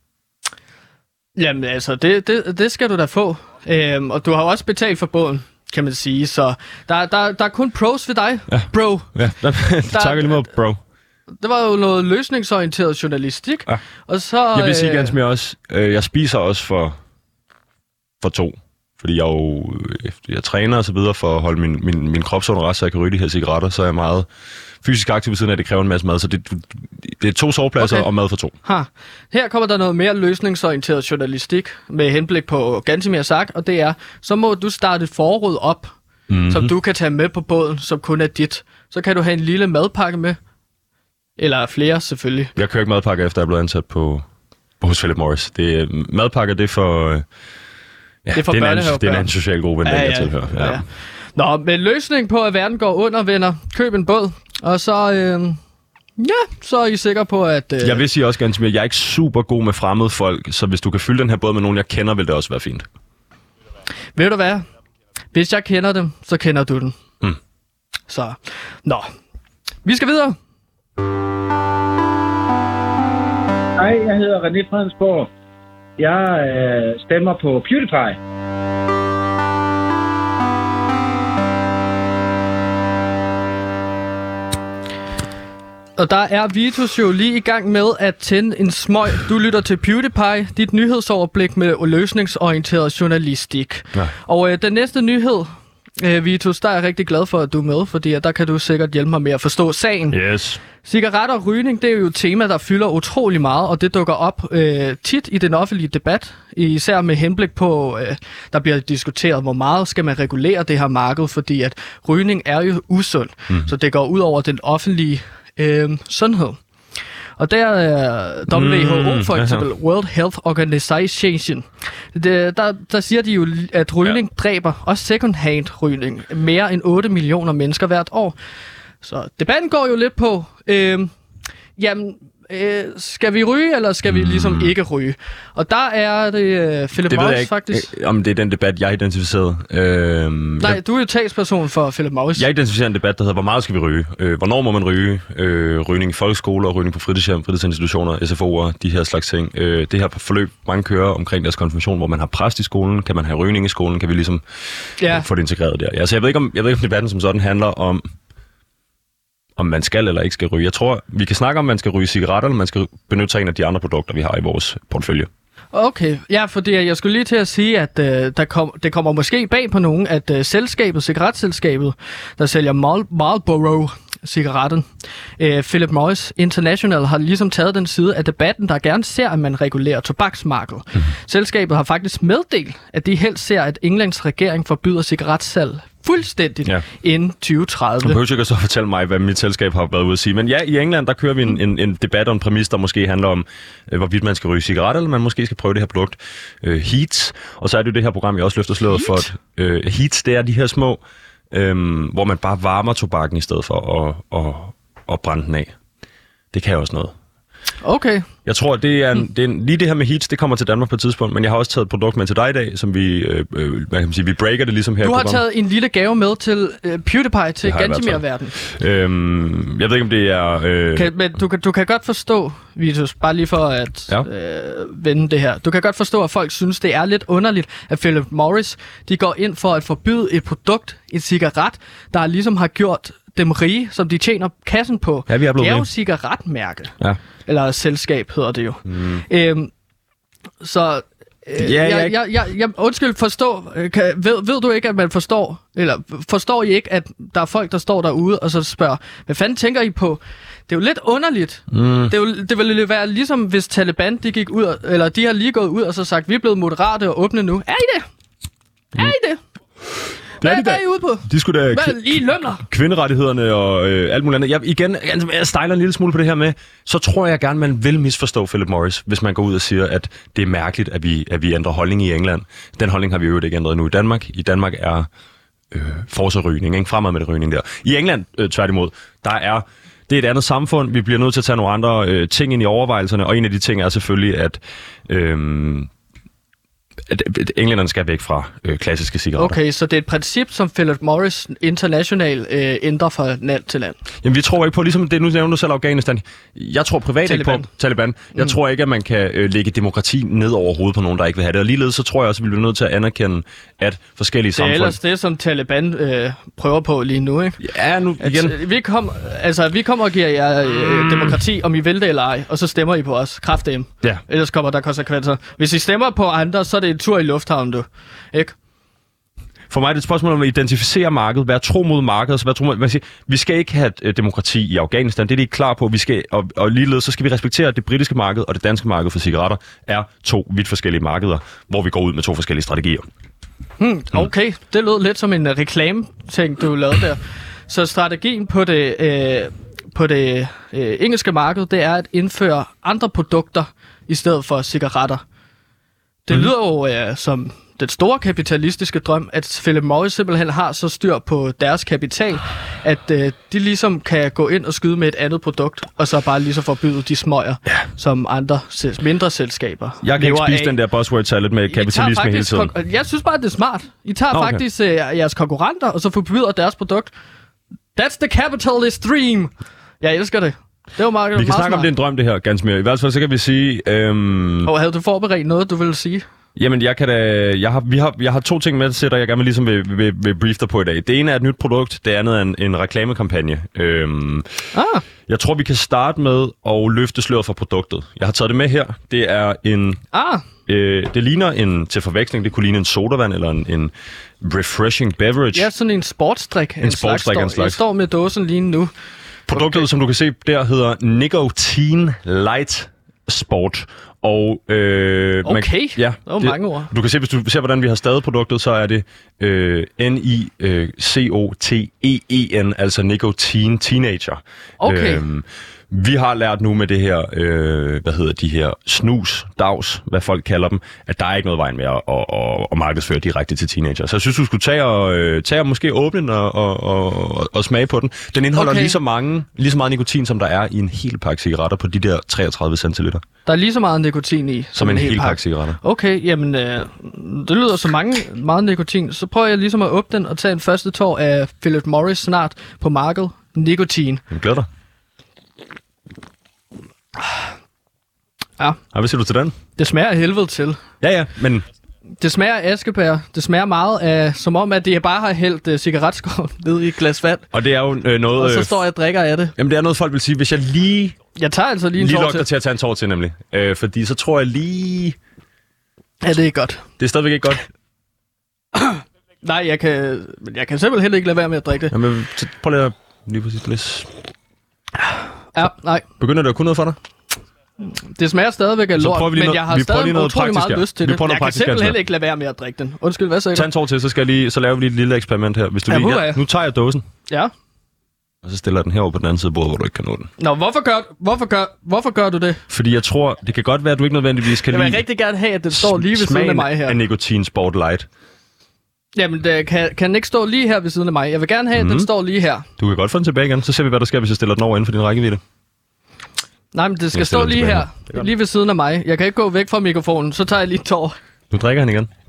Jamen altså, det skal du da få. Og du har også betalt for båden, kan man sige. Så der er kun pros ved dig, bro. Ja, tak lige måde, bro. Det var jo noget løsningsorienteret journalistik. Ja. Og så... Jeg vil sige ganske mere også, jeg spiser også for for 2. Fordi jeg træner og så videre for at holde min krop så under rest, så jeg kan ryge de her cigaretter, så er jeg meget fysisk aktiv ved siden af, det kræver en masse mad. Så det er 2 sovepladser og mad for 2. Her kommer der noget mere løsningsorienteret journalistik med henblik på Gantemir Sak, og det er, så må du starte et forråd op, som du kan tage med på båden, som kun er dit. Så kan du have en lille madpakke med, eller flere selvfølgelig. Jeg kører ikke madpakke, efter jeg er blevet ansat hos Philip Morris. Madpakker, det er for... det er for børnehave. Det er en anden social gruppe, end jeg tilhører. Ja. Nå, men løsning på, at verden går under, venner. Køb en båd, og så... så er I sikre på, at... Jeg vil sige også, Gantemir, jeg er ikke super god med fremmede folk, så hvis du kan fylde den her båd med nogen, jeg kender, vil det også være fint. Ved du hvad? Hvis jeg kender dem, så kender du den. Så, vi skal videre. Hej, jeg hedder René Fredensborg. Jeg stemmer på PewDiePie. Og der er Vitus jo lige i gang med at tænde en smøg. Du lytter til PewDiePie, dit nyhedsoverblik med løsningsorienteret journalistik. Ja. Og den næste nyhed, Vitus, der er jeg rigtig glad for, at du er med, fordi der kan du sikkert hjælpe mig med at forstå sagen. Yes. Cigaretter og rygning, det er jo et tema, der fylder utrolig meget, og det dukker op tit i den offentlige debat, især med henblik på, der bliver diskuteret, hvor meget skal man regulere det her marked, fordi at rygning er jo usund, så det går ud over den offentlige sundhed. Og der er WHO, for eksempel, World Health Organization, der siger de jo, at rygning dræber, også second-hand rygning, mere end 8 millioner mennesker hvert år. Så debatten går jo lidt på, skal vi ryge, eller skal vi ligesom ikke ryge? Og der er det Philip Morris faktisk. Om det er den debat, jeg har identificeret. Nej, du er jo talsperson for Philip Morris. Jeg identificerer en debat, der hedder, hvor meget skal vi ryge? Hvornår må man ryge? Rygning i folkeskoler, rygning på fritidshjem, fritidsinstitutioner, SFO'er, de her slags ting. Det her forløb, mange kører omkring deres konfirmation, hvor man har præst i skolen. Kan man have rygning i skolen? Kan vi ligesom få det integreret der? Altså, jeg ved ikke, om debatten som sådan handler om man skal eller ikke skal ryge. Jeg tror, vi kan snakke om, man skal ryge cigaretter, eller man skal benytte sig af en af de andre produkter, vi har i vores portefølje. Okay, ja, fordi jeg skulle lige til at sige, at det kommer måske bag på nogen, at cigaretselskabet, der sælger Marlboro-cigaretten, Philip Morris International, har ligesom taget den side af debatten, der gerne ser, at man regulerer tobaksmarkedet. Selskabet har faktisk meddelt, at de helst ser, at Englands regering forbyder cigaretsalg fuldstændigt inden 2030. Du behøver ikke så fortælle mig, hvad mit selskab har været ude at sige. Men ja, i England, der kører vi en debat og en præmis, der måske handler om, hvorvidt man skal ryge cigaretter, eller man måske skal prøve det her produkt. Heats. Og så er det jo det her program, jeg også løfter sløret for. Heats, det er de her små, hvor man bare varmer tobakken i stedet for at brænde den af. Det kan også noget. Okay. Jeg tror, det er lige det her med Heats, det kommer til Danmark på et tidspunkt, men jeg har også taget et produkt med til dig i dag, som vi, hvad kan man sige, vi breaker det ligesom her. Du har taget en lille gave med til PewDiePie til Gantemir-verden. Jeg ved ikke, om det er... Men du kan godt forstå, Vitus, bare lige for at vende det her. Du kan godt forstå, at folk synes, det er lidt underligt, at Philip Morris, de går ind for at forbyde et produkt, en cigaret, der ligesom har gjort dem rige, som de tjener kassen på. Ja, det er jo cigaretmærke. Ja. Eller selskab hedder det jo. Undskyld, forstå. Ved du ikke, at man forstår, eller forstår I ikke, at der er folk, der står derude, og så spørger, hvad fanden tænker I på? Det er jo lidt underligt. Det ville være ligesom, hvis Taliban, de gik ud, eller de har lige gået ud og så sagt, vi er blevet moderate og åbne nu. Er I det? Er I det? Hvad er I ude på? De skulle da I lømler. Kvinderettighederne og alt muligt andet. Jeg stejler en lille smule på det her med, så tror jeg gerne, man vil misforstå Philip Morris, hvis man går ud og siger, at det er mærkeligt, at vi ændrer holdning i England. Den holdning har vi jo ikke ændret nu i Danmark. I Danmark er forsørrygning, ikke? Fremad med det rygning der. I England, tværtimod, det er et andet samfund. Vi bliver nødt til at tage nogle andre ting ind i overvejelserne, og en af de ting er selvfølgelig, at englænderne skal væk fra klassiske cigaretter. Okay, så det er et princip, som Philip Morris International ændrer fra land til land? Jamen, vi tror ikke på, ligesom det nu nævner du selv Afghanistan. Jeg tror privat ikke på Taliban. Jeg tror ikke, at man kan lægge demokrati ned over hovedet på nogen, der ikke vil have det. Og ligeledes så tror jeg også, at vi bliver nødt til at anerkende, at forskellige samfund... Det er ellers det, som Taliban prøver på lige nu, ikke? Ja, nu igen... Vi kommer og giver jer demokrati, om I vil det eller ej, og så stemmer I på os. Kraftedeme. Ja. Ellers kommer der konsekvenser. Hvis I stemmer på andre, så er det en tur i lufthavnen, du. Ikke? For mig er det et spørgsmål om at identificere markedet, være tro mod markedet, være tro mod, vi skal ikke have demokrati i Afghanistan, det er de ikke klar på. Vi skal, og ligeledes så skal vi respektere, at det britiske marked og det danske marked for cigaretter er 2 vidt forskellige markeder, hvor vi går ud med 2 forskellige strategier. Okay, det lød lidt som en reklame-ting, du lavede der. Så strategien på det engelske marked, det er at indføre andre produkter i stedet for cigaretter. Det lyder jo som den store kapitalistiske drøm, at Philip Morris simpelthen har så styr på deres kapital, at de ligesom kan gå ind og skyde med et andet produkt, og så bare lige så forbyde de smøger, som andre mindre selskaber. Jeg kan ikke spise den der buzzword-salad med kapitalisme hele tiden. Jeg synes bare, det er smart. I tager faktisk jeres konkurrenter, og så forbyder deres produkt. That's the capitalist dream. Jeg elsker det. Det var meget, vi kan snakke om, det er en drøm, det her, ganske mere. I hvert fald så kan vi sige... havde du forberedt noget, du ville sige? Jamen, jeg har 2 ting med til dig, jeg gerne ligesom vil brief dig på i dag. Det ene er et nyt produkt, det andet er en reklamekampagne. Jeg tror, vi kan starte med at løfte sløret for produktet. Jeg har taget det med her. Det er en... det ligner til forveksling, det kunne ligne en sodavand eller en refreshing beverage. Ja, sådan en sportsdrik. En sportsdrik af en slags. Jeg står med dåsen lige nu. Produktet, som du kan se der, hedder Nicotine Light Sport. Og, det var mange ord. Du kan se, hvis du ser, hvordan vi har stavet produktet, så er det N-I-C-O-T-E-E-N, altså Nicotine Teenager. Okay. Vi har lært nu med det her, de her snus-dags, hvad folk kalder dem, at der er ikke noget vejen med at markedsføre direkte til teenager. Så jeg synes, du skulle tage og måske åbne den og smage på den. Den indeholder lige så meget nikotin, som der er i en hel pakke cigaretter på de der 33 centiliter. Der er lige så meget nikotin i som en hel pakke cigaretter. Okay, jamen det lyder så meget nikotin. Så prøver jeg ligesom at åbne den og tage en første tår af Philip Morris snart på markedet. Nikotin. Jeg glæder dig. Ja. Hvad siger du til den? Det smager af helvede til. Ja, men... Det smager af askebær. Det smager meget af, som om, at de bare har hældt cigaretskål ned i et glas vand. Og det er jo noget... Og så står jeg og drikker af det. Jamen, det er noget, folk vil sige, hvis jeg lige... Jeg tager altså lige en tår til. Til at tage en tår til, nemlig. Fordi så tror jeg lige... Ja, det er godt. Det er stadigvæk ikke godt. Nej, jeg kan simpelthen ikke lade være med at drikke det. Jamen, prøv lige præcis læs. Ja, nej. Begynder det at kunne noget for dig? Det smager stadigvæk af lort, men jeg har stadig utrolig meget lyst til det. Jeg kan simpelthen ikke lade være med at drikke den. Undskyld, hvad sagde du? Tag en tår til, så laver vi lige et lille eksperiment her. Hvis du nu tager jeg dåsen. Ja. Og så stiller jeg den herover på den anden side af bordet, hvor du ikke kan nå den. Nå, hvorfor gør du det? Fordi jeg tror, det kan godt være, at du ikke nødvendigvis kan lide... Jeg vil rigtig gerne have, at den står lige ved siden af mig her. Af Nicotine Sport Light. Jamen, kan den ikke stå lige her ved siden af mig? Jeg vil gerne have, at den står lige her. Du kan godt få den tilbage igen. Så ser vi, hvad der sker, hvis jeg stiller den over inden for din rækkevidde. Nej, men det skal stå lige her. Lige ved siden af mig. Jeg kan ikke gå væk fra mikrofonen. Så tager jeg lige et tår. Nu drikker han igen.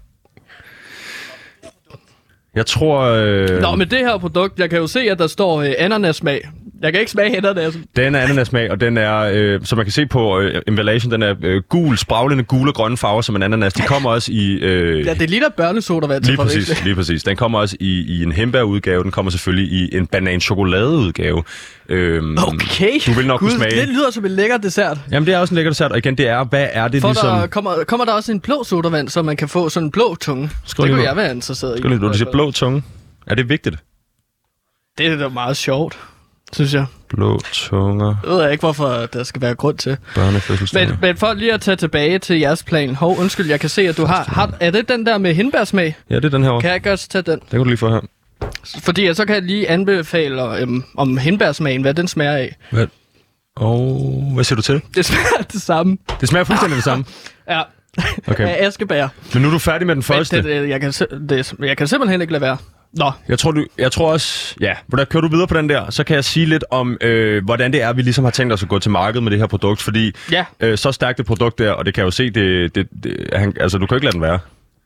Jeg tror... Nå, med det her produkt, jeg kan jo se, at der står ananassmag. Jeg kan ikke smage ananasen. Den er ananassmag, og den er, som man kan se på emballation, den er gul, spraglende gule og grønne farver som en ananas. De kommer også i... Ja, det ligner børnesodavand. Lige præcis. Den kommer også i en hembærudgave. Den kommer selvfølgelig i en banan-chokoladeudgave. Okay. Du vil nok kunne smage. Det lyder som en lækker dessert. Jamen, det er også en lækker dessert, og igen, det er, hvad er det ligesom... Kommer der også en blå sodavand, så man kan få sådan en blå tunge? Det kunne jeg være interesseret i. Du siger blå tunge. Er det vigtigt? Det er da meget sjovt, synes jeg. Blå tunger. Jeg ved ikke, hvorfor der skal være grund til. Men for lige at tage tilbage til jeres plan. Undskyld, jeg kan se, at du har... Er det den der med hindbærsmag? Ja, det er den her. Kan jeg godt tage den? Den kan du lige få her. Fordi så kan jeg lige anbefale om hindbærsmagen, hvad den smager af. Hvad siger du til? Det smager det samme. Det smager fuldstændig det samme? Ja. Okay. Af askebær. Men nu er du færdig med den første. Jeg kan simpelthen ikke lade være. Nå. Jeg tror også... Ja, hvordan kører du videre på den der, så kan jeg sige lidt om, hvordan det er, vi ligesom har tænkt os at gå til markedet med det her produkt. Fordi så stærkt et produkt der, og det kan jeg jo se, altså du kan ikke lade den være.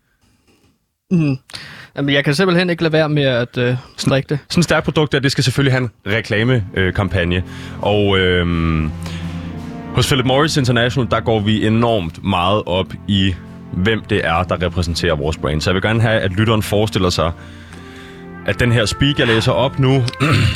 Jamen, jeg kan simpelthen ikke lade være med at drikke det. Sådan et stærkt produkt der, det skal selvfølgelig have en reklamekampagne. Og hos Philip Morris International, der går vi enormt meget op i, hvem det er, der repræsenterer vores brand. Så jeg vil gerne have, at lytteren forestiller sig, at den her speak, jeg læser op nu,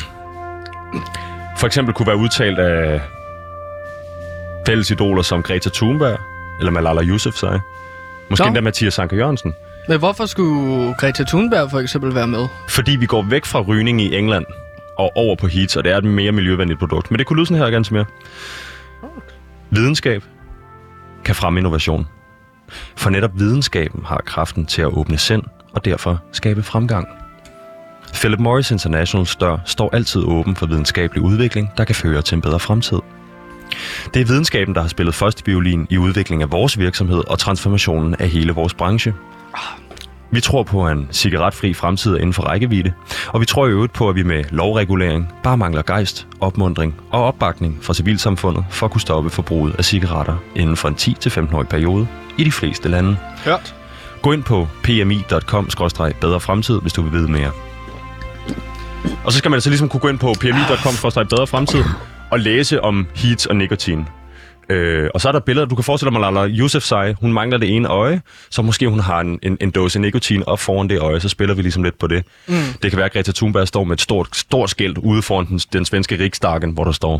for eksempel kunne være udtalt af fælles idoler som Greta Thunberg, eller Malala Yousafzai, Måske endda Mathias Anker Jørgensen. Men hvorfor skulle Greta Thunberg for eksempel være med? Fordi vi går væk fra rygning i England og over på Heats, og det er et mere miljøvenligt produkt. Men det kunne lyde sådan her ganske mere. Videnskab kan fremme innovation. For netop videnskaben har kraften til at åbne sind og derfor skabe fremgang. Philip Morris Internationals dør står altid åben for videnskabelig udvikling, der kan føre til en bedre fremtid. Det er videnskaben, der har spillet første violin i udviklingen af vores virksomhed og transformationen af hele vores branche. Vi tror på, at en cigaretfri fremtid er inden for rækkevidde, og vi tror i øvrigt på, at vi med lovregulering bare mangler gejst, opmuntring og opbakning fra civilsamfundet for at kunne stoppe forbruget af cigaretter inden for en 10-15-årig periode i de fleste lande. Hørt. Gå ind på pmi.com/bedre fremtid, hvis du vil vide mere. Og så skal man altså ligesom kunne gå ind på pmi.com/bedre fremtid og læse om heat og nikotin. Og så er der billeder, du kan forestille dig, Malala Yousafzai, hun mangler det ene øje, så måske hun har en dåse nikotin op foran det øje, så spiller vi ligesom lidt på det. Det kan være, at Greta Thunberg står med et stort skilt ude foran den svenske Riksdagen, hvor der står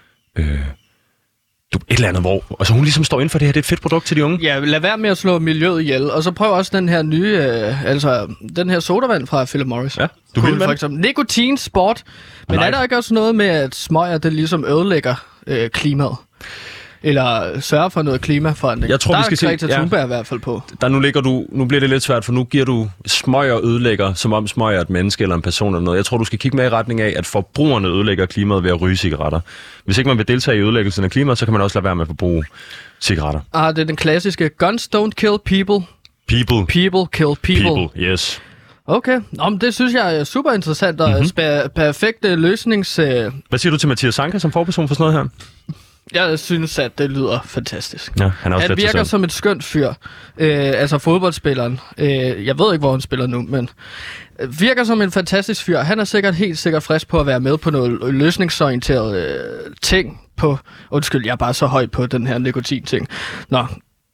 et eller andet, hvor altså hun ligesom står inden for det her, det er et fedt produkt til de unge. Ja, lad være med at slå miljøet ihjel, og så prøv også den her nye, den her sodavand fra Philip Morris. Ja, du vil for eksempel. Nikotin, sport, men er der ikke også noget med, at smøger, det ligesom ødelægger klimaet? Eller sørge for noget klimaforandring. Jeg tror, der vi skal er Greta Thunberg i hvert fald på. Nu bliver det lidt svært, for nu giver du smøger ødelægger, som om smøger er et menneske eller en person eller noget. Jeg tror, du skal kigge med i retning af, at forbrugerne ødelægger klimaet ved at ryge cigaretter. Hvis ikke man vil deltage i ødelæggelsen af klimaet, så kan man også lade være med at forbruge cigaretter. Det er den klassiske guns don't kill people. People kill people. Yes. Okay, men det synes jeg er super interessant og perfekte løsnings... Hvad siger du til Mathias Anker som forperson for sådan noget her? Jeg synes, at det lyder fantastisk. Ja, han er også han virker som et skønt fyr. Altså fodboldspilleren. Jeg ved ikke, hvor han spiller nu, men virker som en fantastisk fyr. Han er helt sikkert frisk på at være med på noget løsningsorienteret ting på... Undskyld, jeg er bare så høj på den her nikotin-ting. Nå.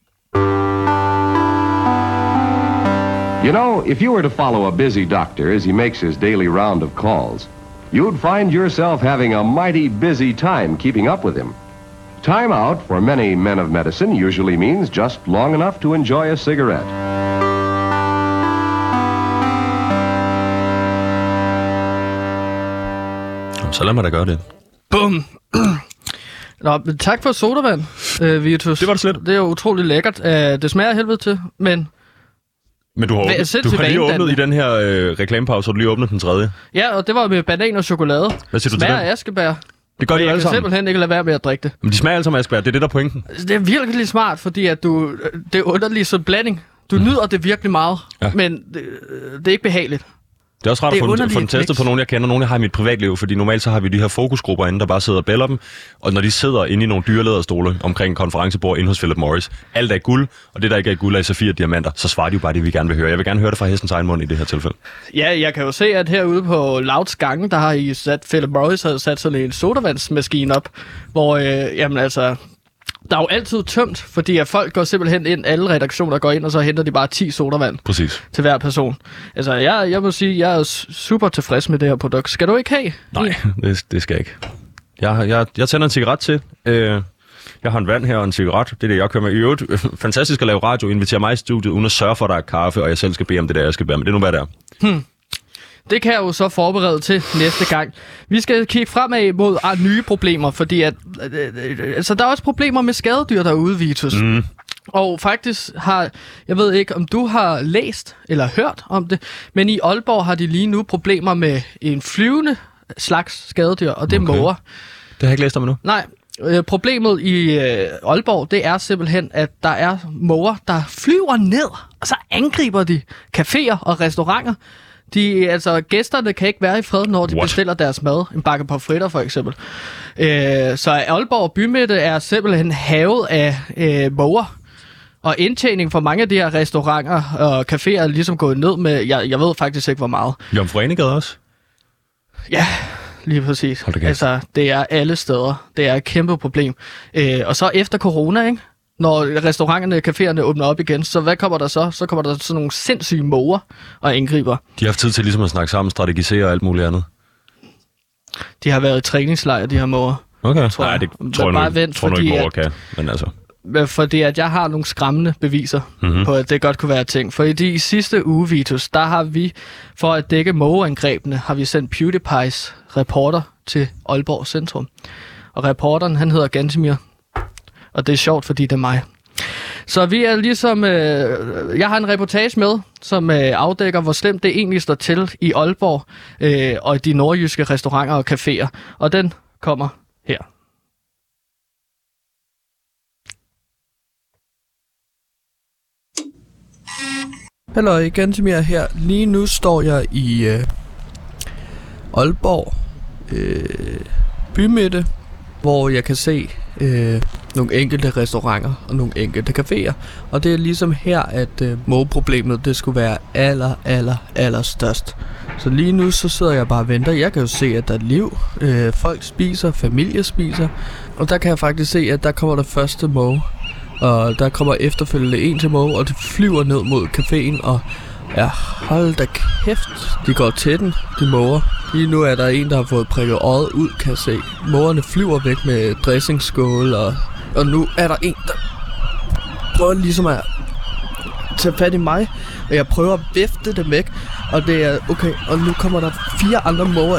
You know, if you were to follow a busy doctor as he makes his daily round of calls, you'd find yourself having a mighty busy time keeping up with him. Time out for many men of medicine usually means just long enough to enjoy a cigarette. Så lad mig da gøre det. Bum! Nå, tak for sodavand, Vitus. Det var det slet. Det er jo utroligt lækkert. Det smager af helvede til, men du har lige åbnet i den her reklamepause, og du lige åbnet den tredje. Ja, og det var med banan og chokolade. Hvad siger du smager til det? Af askebær. Det gør de alle sammen. Jeg kan simpelthen ikke lade være med at drikke det. Men de smager alle sammen af askebær, det er det, der er pointen. Det er virkelig smart, fordi at det er underlig sådan blanding. Du nyder det virkelig meget, men det er ikke behageligt. Det er også rart at få den testet på nogen, jeg kender, nogen jeg har i mit privatliv, fordi normalt så har vi de her fokusgrupper inde, der bare sidder og bæller dem, og når de sidder inde i nogle dyrelederstole omkring konferencebord inde hos Philip Morris, alt er guld, og det der ikke er guld er safir og diamanter, så svarer de jo bare det, vi gerne vil høre. Jeg vil gerne høre det fra hestens egen mund i det her tilfælde. Ja, jeg kan jo se, at herude på Louds gange, der har I Philip Morris havde sat sådan en sodavandsmaskine op, hvor, der er jo altid tømt, fordi at folk går simpelthen ind, alle redaktioner går ind, og så henter de bare 10 sodavand. Præcis. Til hver person. Altså, jeg må sige, jeg er super tilfreds med det her produkt. Skal du ikke have? Nej, det skal jeg ikke. Jeg tænder en cigaret til. Jeg har en vand her og en cigaret. Det er det, jeg kører med. I øvrigt, fantastisk at lave radio. Inviterer mig i studiet, uden at sørge for, at der er kaffe, og jeg selv skal bede om det der, jeg skal bære. Men det er nu, hvad det er. Det kan jeg jo så forberede til næste gang. Vi skal kigge fremad mod nye problemer, fordi at, der er også problemer med skadedyr derude, Vitus. Og faktisk jeg ved ikke, om du har læst eller hørt om det, men i Aalborg har de lige nu problemer med en flyvende slags skadedyr, og det er måger. Det har jeg ikke læst om endnu. Nej, problemet i Aalborg, det er simpelthen, at der er måger, der flyver ned, og så angriber de caféer og restauranter. Gæsterne kan ikke være i fred, når de bestiller deres mad. En bakke pomfritter for eksempel. Så Aalborg bymidte er simpelthen havet af måger. Og indtjening for mange af de her restauranter og caféer er ligesom gået ned med, jeg ved faktisk ikke hvor meget. Jomfru Anegade også? Ja, lige præcis. Det er alle steder. Det er et kæmpe problem. Og så efter corona, ikke? Når restauranterne og caféerne åbner op igen, så hvad kommer der så? Så kommer der sådan nogle sindssyge måger og angriber. De har haft tid til ligesom at snakke sammen, strategisere og alt muligt andet. De har været i træningslejr, de her måger. Okay. Tror jeg. Nej, det tror jeg nu ikke måger kan, men altså. fordi at jeg har nogle skræmmende beviser på, at det godt kunne være ting. For i sidste uge, Vitus, der har vi, for at dække mågeangrebene, har vi sendt PewDiePies reporter til Aalborg Centrum. Og reporteren, han hedder Gantemir. Og det er sjovt, fordi det er mig. Så vi er ligesom... jeg har en reportage med, som afdækker, hvor slemt det egentlig står til i Aalborg og de nordjyske restauranter og caféer. Og den kommer her. Hallo, Gantemir her. Lige nu står jeg i Aalborg bymidte, hvor jeg kan se nogle enkelte restauranter og nogle enkelte caféer. Og det er ligesom her, at mågeproblemet det skulle være aller størst. Så lige nu så sidder jeg bare og venter. Jeg kan jo se, at der er liv. Folk spiser, familie spiser. Og der kan jeg faktisk se, at der kommer der første måge. Og der kommer efterfølgende en til måge, og det flyver ned mod caféen. Og ja, hold da kæft, de går til den, de måger. Lige nu er der en, der har fået prikket øjet ud, kan jeg se. Mågerne flyver væk med dressingskål, og nu er der en, der prøver ligesom at tage fat i mig. Og jeg prøver at vifte dem væk, og det er okay. Og nu kommer der 4 andre måger.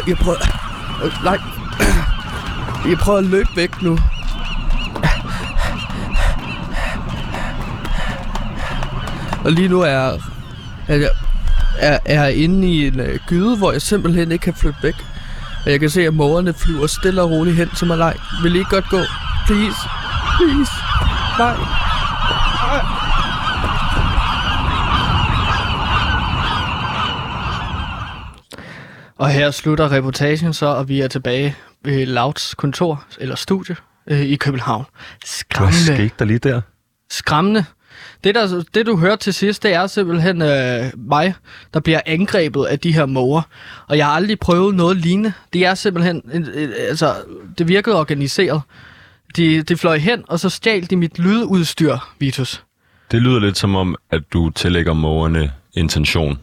Jeg prøver at løbe væk nu. Og lige nu er jeg inde i en gyde, hvor jeg simpelthen ikke kan flytte væk. Og jeg kan se, at mågerne flyver stille og roligt hen til mig. Nej, vil I ikke godt gå? Please. Please. Nej. Og her slutter reportagen så, og vi er tilbage ved Louds kontor, eller studie, i København. Skræmmende. Hvad skete der lige der? Skræmmende. Det du hørte til sidst, det er simpelthen mig, der bliver angrebet af de her måger. Og jeg har aldrig prøvet noget lignende. Det er simpelthen, det virkede organiseret. De fløj hen, og så stjal de mit lydudstyr, Vitus. Det lyder lidt som om, at du tillægger mågerne intention.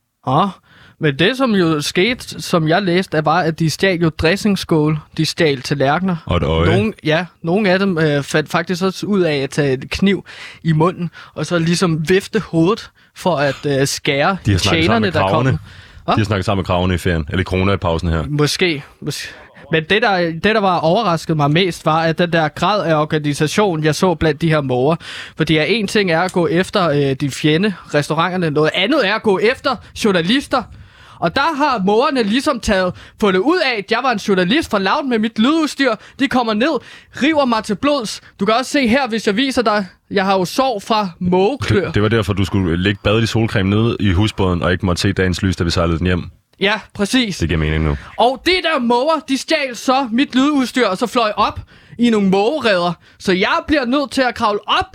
Men det, som jo skete, som jeg læste, var, at de stjal jo dressingskål, de stjal tallerkener. Og et øje. Nogle af dem fandt faktisk også ud af at tage et kniv i munden, og så ligesom vifte hovedet for at skære tjenerne, der kom. De har snakket sammen med kravene i ferien, eller corona i pausen her. Måske. Men det, der var overrasket mig mest, var, at den der grad af organisation, jeg så blandt de her måger. Fordi en ting er at gå efter de fjende restauranterne, noget andet er at gå efter journalister. Og der har mågerne ligesom fundet ud af, at jeg var en journalist fra Loud med mit lydudstyr. De kommer ned, river mig til blods. Du kan også se her, hvis jeg viser dig. Jeg har jo sår fra mågeklør. Det var derfor, du skulle ligge badet i solcreme nede i husbåden, og ikke måtte se dagens lys, da vi sejlede den hjem. Ja, præcis. Det giver mening nu. Og det der måger, de stjal så mit lydudstyr, og så fløj op i nogle mågereder. Så jeg bliver nødt til at kravle op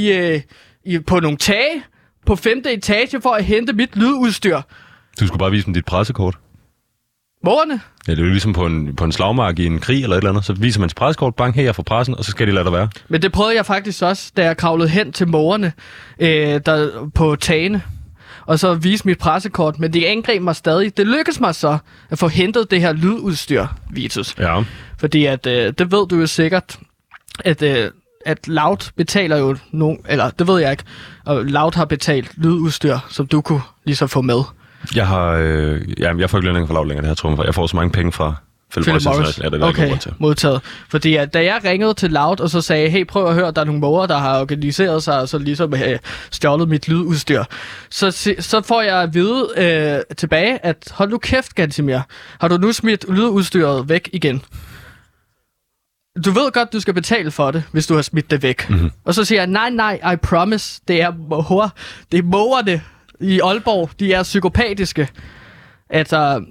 på nogle tage på 5. etage for at hente mit lydudstyr. Du skulle bare vise dem dit pressekort. Mågerne? Ja, det er jo ligesom på en slagmark i en krig eller et eller andet. Så viser man sit pressekort, bang her fra pressen, og så skal de lade dig være. Men det prøvede jeg faktisk også, da jeg kravlede hen til mågerne der på tagene. Og så vise mit pressekort, men de angreb mig stadig. Det lykkedes mig så at få hentet det her lydudstyr, Vitus. Ja. Fordi at, det ved du jo sikkert, at Loud betaler jo eller det ved jeg ikke, og Loud har betalt lydudstyr, som du kunne ligesom få med. Jeg får ikke lønning fra Loud længere, det her tror jeg. Jeg får så mange penge fra Philip Morris. Ja, det okay, modtaget. Fordi da jeg ringede til Loud, og så sagde, hey, prøv at høre, der er nogle måger, der har organiseret sig, og så ligesom stjålet mit lydudstyr. Så får jeg at vide tilbage, at hold nu kæft, Gantemir, har du nu smidt lydudstyret væk igen? Du ved godt, du skal betale for det, hvis du har smidt det væk. Mm-hmm. Og så siger jeg, nej, I promise, det er mågerne i Aalborg, de er psykopatiske. Altså,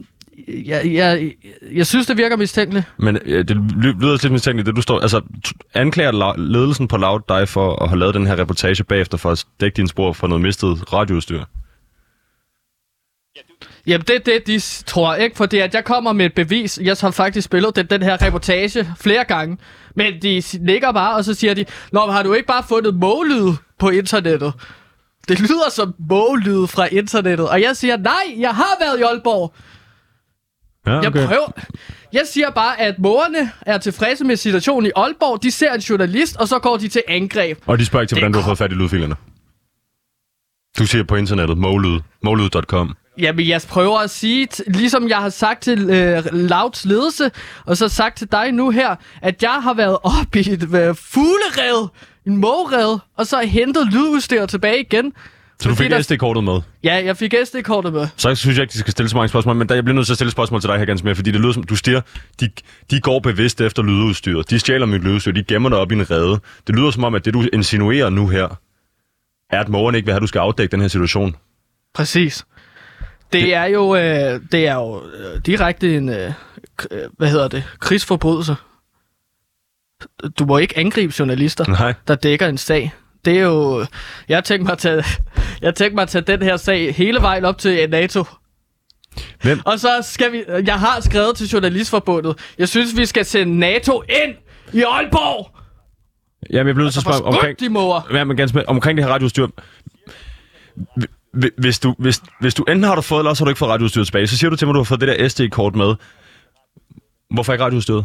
jeg synes, det virker mistænkeligt. Men det lyder lidt mistænkeligt, det du står... Altså, anklager ledelsen på Loud dig for at have lavet den her reportage bagefter for at dække dine spor for noget mistet radioudstyr? Jamen, det de tror ikke, fordi at jeg kommer med et bevis. Jeg har faktisk spillet den her reportage flere gange. Men de ligger bare, og så siger de, har du ikke bare fundet mågelyd på internettet? Det lyder som mågelyd fra internettet. Og jeg siger, nej, jeg har været i Aalborg. Ja, okay. Jeg siger bare, at mågerne er tilfredse med situationen i Aalborg. De ser en journalist, og så går de til angreb. Og de spørger ikke til, hvordan du har fået fat i lydfilerne. Du siger på internettet, moglyd.com. Jamen, jeg prøver at sige, ligesom jeg har sagt til Louds ledelse, og så sagt til dig nu her, at jeg har været oppe i et fuglerev, en mågerev, og så hentet lydudstyr tilbage igen. Så du fik SD-kortet med? Ja, jeg fik SD-kortet med. Så synes jeg ikke, de skal stille så mange spørgsmål, men jeg bliver nødt til at stille spørgsmål til dig her ganske mere, fordi det lyder som, du stiger, de går bevidst efter lydudstyret. De stjæler mit lydudstyr, de gemmer det op i en rede. Det lyder som om, at det du insinuerer nu her, er, at morgen ikke vil have, at du skal afdække den her situation. Præcis. Det er jo direkte en, krigsforbrydelse. Du må ikke angribe journalister, der dækker en sag. Det er jo... Jeg har tænkt mig at tage den her sag hele vejen op til NATO. Hvem? Og så skal vi... Jeg har skrevet til Journalistforbundet. Jeg synes, vi skal sende NATO ind i Aalborg! Jamen, jeg bliver nødt til at spørge omkring det her radioudstyr. Hvis du enten har du fået, eller også har du ikke fået radioudstyret tilbage, så siger du til mig, at du har fået det der SD-kort med. Hvorfor ikke radioudstyret?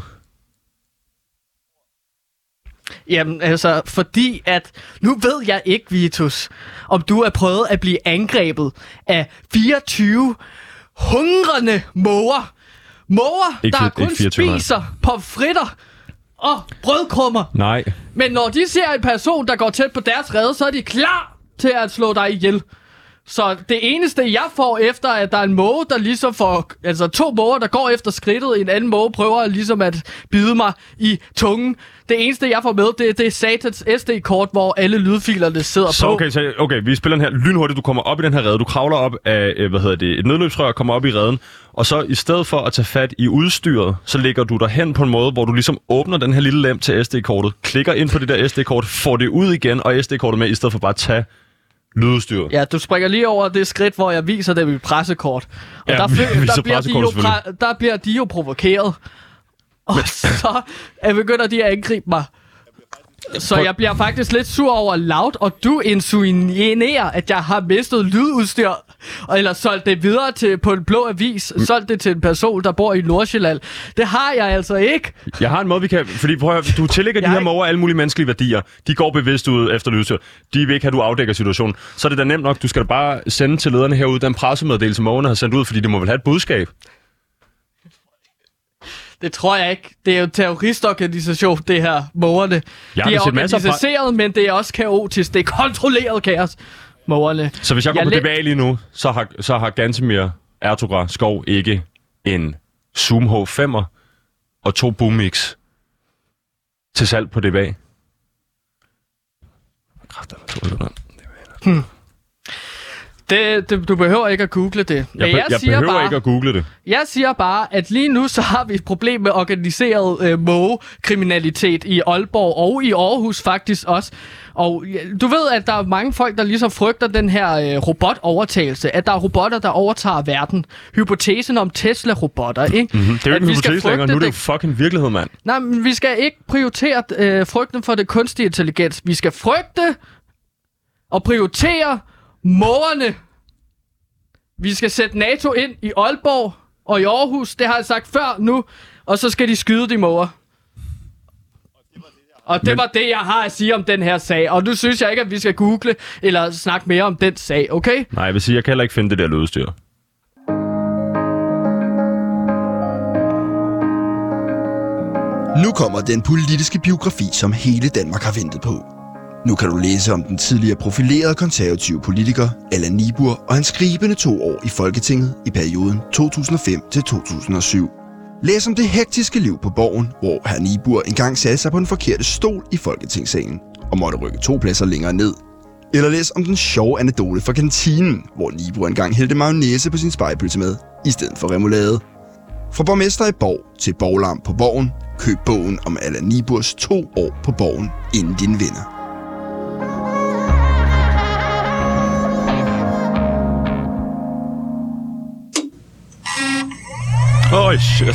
Jamen, altså, fordi at... Nu ved jeg ikke, Vitus, om du er prøvet at blive angrebet af 24 hungrende måger. Måger, der kun spiser pomfritter og brødkrummer. Nej. Men når de ser en person, der går tæt på deres rede, så er de klar til at slå dig ihjel. Så det eneste, jeg får efter, at der er en måge, der ligesom får... Altså 2 måger, der går efter skridtet, en anden måge prøver ligesom at bide mig i tungen. Det eneste, jeg får med, det er Satans SD-kort, hvor alle lydfilerne sidder på. Okay, vi spiller den her lynhurtigt. Du kommer op i den her rede. Du kravler op af, et nødløbsrør, kommer op i reden. Og så i stedet for at tage fat i udstyret, så lægger du dig hen på en måde, hvor du ligesom åbner den her lille lem til SD-kortet, klikker ind på det der SD-kort, får det ud igen, og SD-kortet med, i stedet for bare at tage lydudstyret. Ja, du springer lige over det skridt, hvor jeg viser dem i pressekort. Og ja, der bliver de jo provokeret. Og så begynder de at angribe mig. Så jeg bliver faktisk lidt sur over Loud, og du insinuerer, at jeg har mistet lydudstyr, eller solgt det videre på en blå avis, solgt det til en person, der bor i Nordsjælland. Det har jeg altså ikke. Jeg har en måde, vi kan... Fordi prøv at høre, du tillægger de her måger alle mulige menneskelige værdier. De går bevidst ud efter lydudstyr. De vil ikke have, du afdækker situationen. Så er det da nemt nok, du skal da bare sende til lederne herude den pressemeddelelse, mågerne har sendt ud, fordi de må vel have et budskab. Det tror jeg ikke. Det er jo en terroristorganisation, det her, mågerne. De er organiseret, men det er også kaotisk. Det er kontrolleret kaos, mågerne. Så hvis jeg går på DBA lige nu, så har Gantemir Ertugrad Skov ikke en Zoom H5'er og 2 Boomix til salg på DBA. Du behøver ikke at google det. Jeg behøver ikke at google det. Jeg siger bare, at lige nu så har vi et problem med organiseret mågekriminalitet i Aalborg og i Aarhus faktisk også. Og du ved, at der er mange folk, der ligesom frygter den her robotovertagelse. At der er robotter, der overtager verden. Hypotesen om Tesla-robotter, ikke? Mm-hmm. Det er jo ikke en hypotese længere. Nu er det jo fucking virkelighed, mand. Nej, men vi skal ikke prioritere frygten for det kunstige intelligens. Vi skal frygte og prioritere mågerne. Vi skal sætte NATO ind i Aalborg og i Aarhus. Det har jeg sagt før nu. Og så skal de skyde de måger. Og det var det, jeg har at sige om den her sag. Og nu synes jeg ikke, at vi skal google eller snakke mere om den sag, okay? Nej, jeg vil sige, jeg kan heller ikke finde det der lydstyr. Nu kommer den politiske biografi, som hele Danmark har ventet på. Nu kan du læse om den tidligere profilerede konservative politiker Allan Niburg og hans skribende 2 år i Folketinget i perioden 2005 til 2007. Læs om det hektiske liv på Borgen, hvor hr. Niburg engang satte sig på den forkerte stol i Folketingssalen og måtte rykke 2 pladser længere ned. Eller læs om den sjove anekdote fra kantinen, hvor Niburg engang hældte mayonnaise på sin spegepølsemad i stedet for remoulade. Fra borgmester i Borg til borglarm på Borgen, køb bogen om Allan Niburgs 2 år på Borgen inden din vinder. Shit.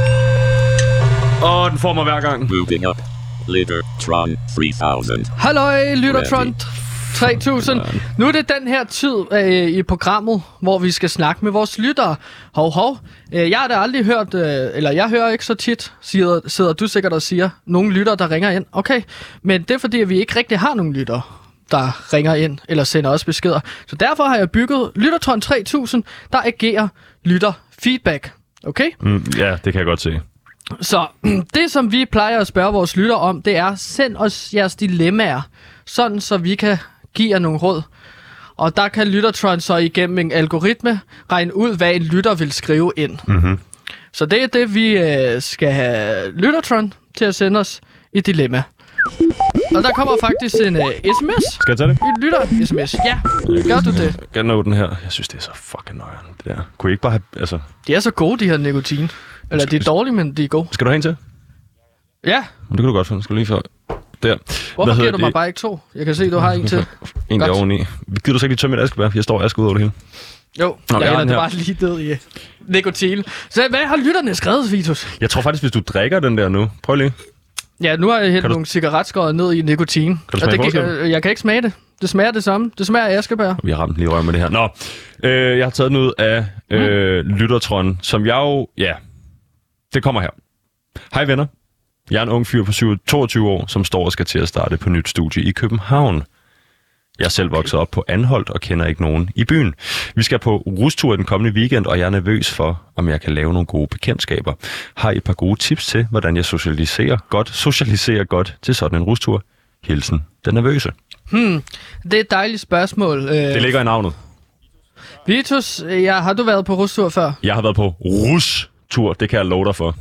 Den får mig hver gang. Moving up. Lyttertron 3000. Halløj, Lyttertron 3000. Nu er det den her tid i programmet, hvor vi skal snakke med vores lyttere. Hov. Jeg har da aldrig hørt, eller jeg hører ikke så tit, sidder du sikkert og siger, nogle lyttere, der ringer ind. Okay, men det er fordi, at vi ikke rigtig har nogen lyttere, der ringer ind eller sender os beskeder. Så derfor har jeg bygget Lyttertron 3000, der agerer lytter-feedback. Okay? Ja, det kan jeg godt se. Så det, som vi plejer at spørge vores lytter om, det er, send os jeres dilemmaer, sådan så vi kan give jer nogle råd. Og der kan Lyttertron så igennem en algoritme regne ud, hvad en lytter vil skrive ind. Mm-hmm. Så det er det, vi skal have Lyttertron til at sende os et dilemma. Og der kommer faktisk en sms. Skal jeg tage det? En lytter-sms. Ja, gør du det? Kan jeg nå den her? Jeg synes, det er så fucking nøjeren, det der. Kunne I ikke bare have... Altså... De er så gode, de her nikotin. Eller de er dårlige, men de er gode. Skal du have en til? Ja. Det kan du godt få. Skal du lige få... Der. Hvorfor giver du mig bare ikke 2? Jeg kan se, du har en til. En der oveni. Gider du så ikke lige tømme et askebær? Jeg står aske ud over det hele. Jo, jeg hælder det bare lige ned i nikotin. Så hvad har lytterne skrevet, Vitus? Jeg tror faktisk, hvis du drikker den der nu. Prøv lige. Ja, nu har jeg hældt nogle cigaretskårder ned i nikotin. Kan du smage jeg kan ikke smage det. Det smager det samme. Det smager af askebær. Vi har ramt lige røv med det her. Nå, jeg har taget den ud af Lyttertron, som jeg jo... Ja, det kommer her. Hej venner. Jeg er en ung fyr på 22 år, som står og skal til at starte på nyt studie i København. Jeg er selv vokset op på Anholt og kender ikke nogen i byen. Vi skal på rustur den kommende weekend, og jeg er nervøs for, om jeg kan lave nogle gode bekendtskaber. Har I et par gode tips til, hvordan jeg socialiserer godt til sådan en rustur? Hilsen, den nervøse. Det er et dejligt spørgsmål. Det ligger i navnet. Vitus, har du været på rustur før? Jeg har været på rustur, det kan jeg love dig for.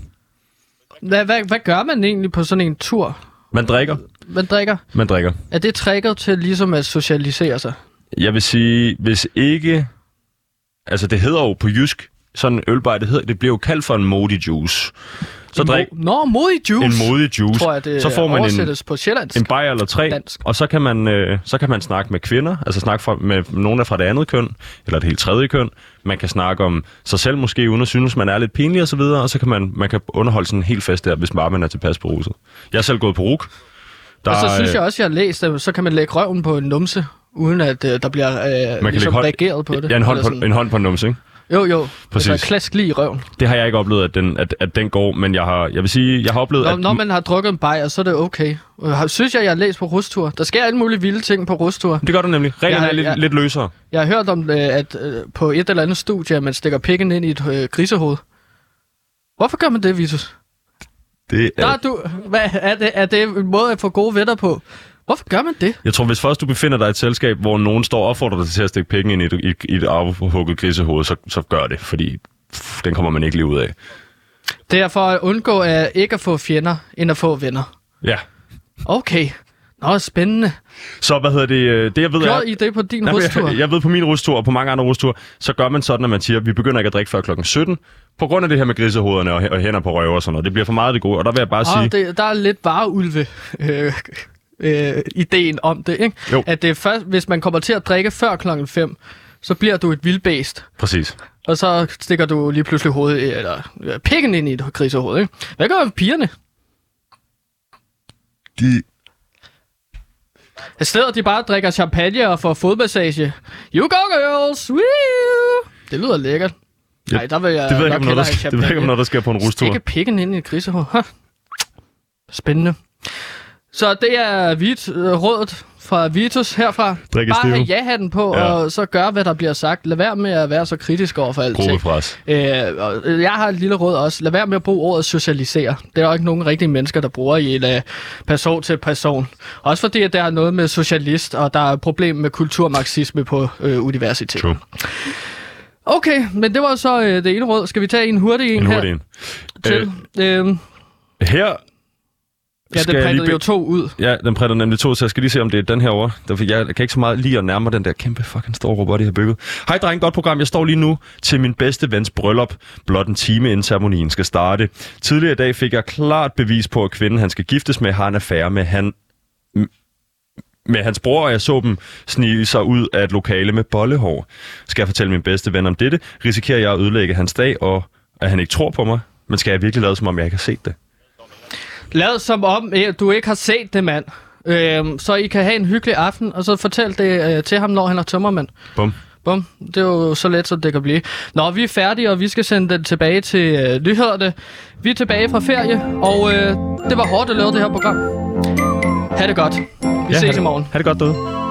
Hvad gør man egentlig på sådan en tur? Man drikker. Man drikker. Er det tricket til ligesom at socialisere sig? Jeg vil sige, hvis ikke... Altså, det hedder jo på jysk, sådan en ølbar, det bliver jo kaldt for en modig juice. Så modig juice? En modig juice. Tror jeg, det så får man oversættes på sjællandsk. En bajer eller 3, dansk. Og så kan man snakke med kvinder, altså snakke med nogen fra det andet køn, eller det helt tredje køn. Man kan snakke om sig selv måske, uden at synes, man er lidt pinlig og så videre, og så kan man kan underholde sådan en helt fest der, hvis bare man er tilpas på ruset. Jeg har selv gået på RUK. Og så synes jeg også, jeg har læst, at så kan man lægge røven på en numse, uden at der bliver ligesom reageret på det. Ja, en hånd på en numse, ikke? Jo. Præcis. Altså klask lige i røven. Det har jeg ikke oplevet, at den går, men jeg vil sige, jeg har oplevet, når man har drukket en bajer, så er det okay. Synes jeg har læst på rustur. Der sker alle mulige vilde ting på rustur. Det gør du nemlig. Reglerne er lidt løsere. Jeg har hørt om, at på et eller andet studie, at man stikker pikken ind i et grisehoved. Hvorfor gør man det, Vitus? Er det en måde at få gode venner på? Hvorfor gør man det? Jeg tror, hvis først du befinder dig i et selskab, hvor nogen står og opfordrer dig til at stikke pikken ind i et afhugget grisehoved, så gør det, fordi den kommer man ikke lige ud af. Det er for at undgå at ikke at få fjender, end at få venner. Ja. Okay. Nå, spændende. Så hvad hedder det? Det jeg ved Gjorde I det på din rustur? Jeg ved på min rustur og på mange andre rustur, så gør man sådan, at man siger, at vi begynder ikke at drikke før klokken 17, på grund af det her med grisehovederne og hænder på røver og sådan noget. Det bliver for meget det gode, og der vil jeg bare sige... Der er lidt vareulve ideen om det, ikke? Jo. At det er først, hvis man kommer til at drikke før klokken 5, så bliver du et vildbæst. Præcis. Og så stikker du lige pludselig hovedet, eller pikken ind i et grisehoved, ikke? Hvad gør pigerne? I stedet de bare drikker champagne og får fodmassage. You go girls! Woo! Det lyder lækkert. Nej, der vil jeg det ved jeg ikke, om noget, der sker på en rustur. Stikke pikken ind i et grisehoved. Spændende. Så det er rådet fra Vitus herfra. Bare have ja-hatten på, og så gør, hvad der bliver sagt. Lad være med at være så kritisk over for alting. Jeg har et lille råd også. Lad være med at bruge ordet socialisere. Det er jo ikke nogen rigtige mennesker, der bruger i person til person. Også fordi, at der er noget med socialist, og der er et problem med kulturmarxisme på universitetet. True. Okay, men det var så det ene råd. Skal vi tage en hurtig en her? Her... Ja, den printede jo 2 ud. Ja, den printede nemlig 2, så jeg skal lige se, om det er den her over. Jeg kan ikke så meget lige at nærme den der kæmpe fucking store robot, de har bygget. Hej dreng, godt program. Jeg står lige nu til min bedste vens bryllup. Blot en time inden ceremonien skal starte. Tidligere i dag fik jeg klart bevis på, at kvinden, han skal giftes med, har en affære med hans bror, og jeg så dem snige sig ud af et lokale med bollehår. Skal jeg fortælle min bedste ven om dette? Risikerer jeg at ødelægge hans dag, og at han ikke tror på mig? Men skal jeg virkelig lade som om, jeg ikke har set det? Lad som om, du ikke har set det, mand. Så I kan have en hyggelig aften, og så fortæl det til ham, når han er tømmermand. Bum. Det er jo så let, som det kan blive. Nå, vi er færdige, og vi skal sende den tilbage til nyhederne. Vi er tilbage fra ferie, og det var hårdt at lave det her program. Ha' det godt. Vi ses i morgen. Ha' det godt derude.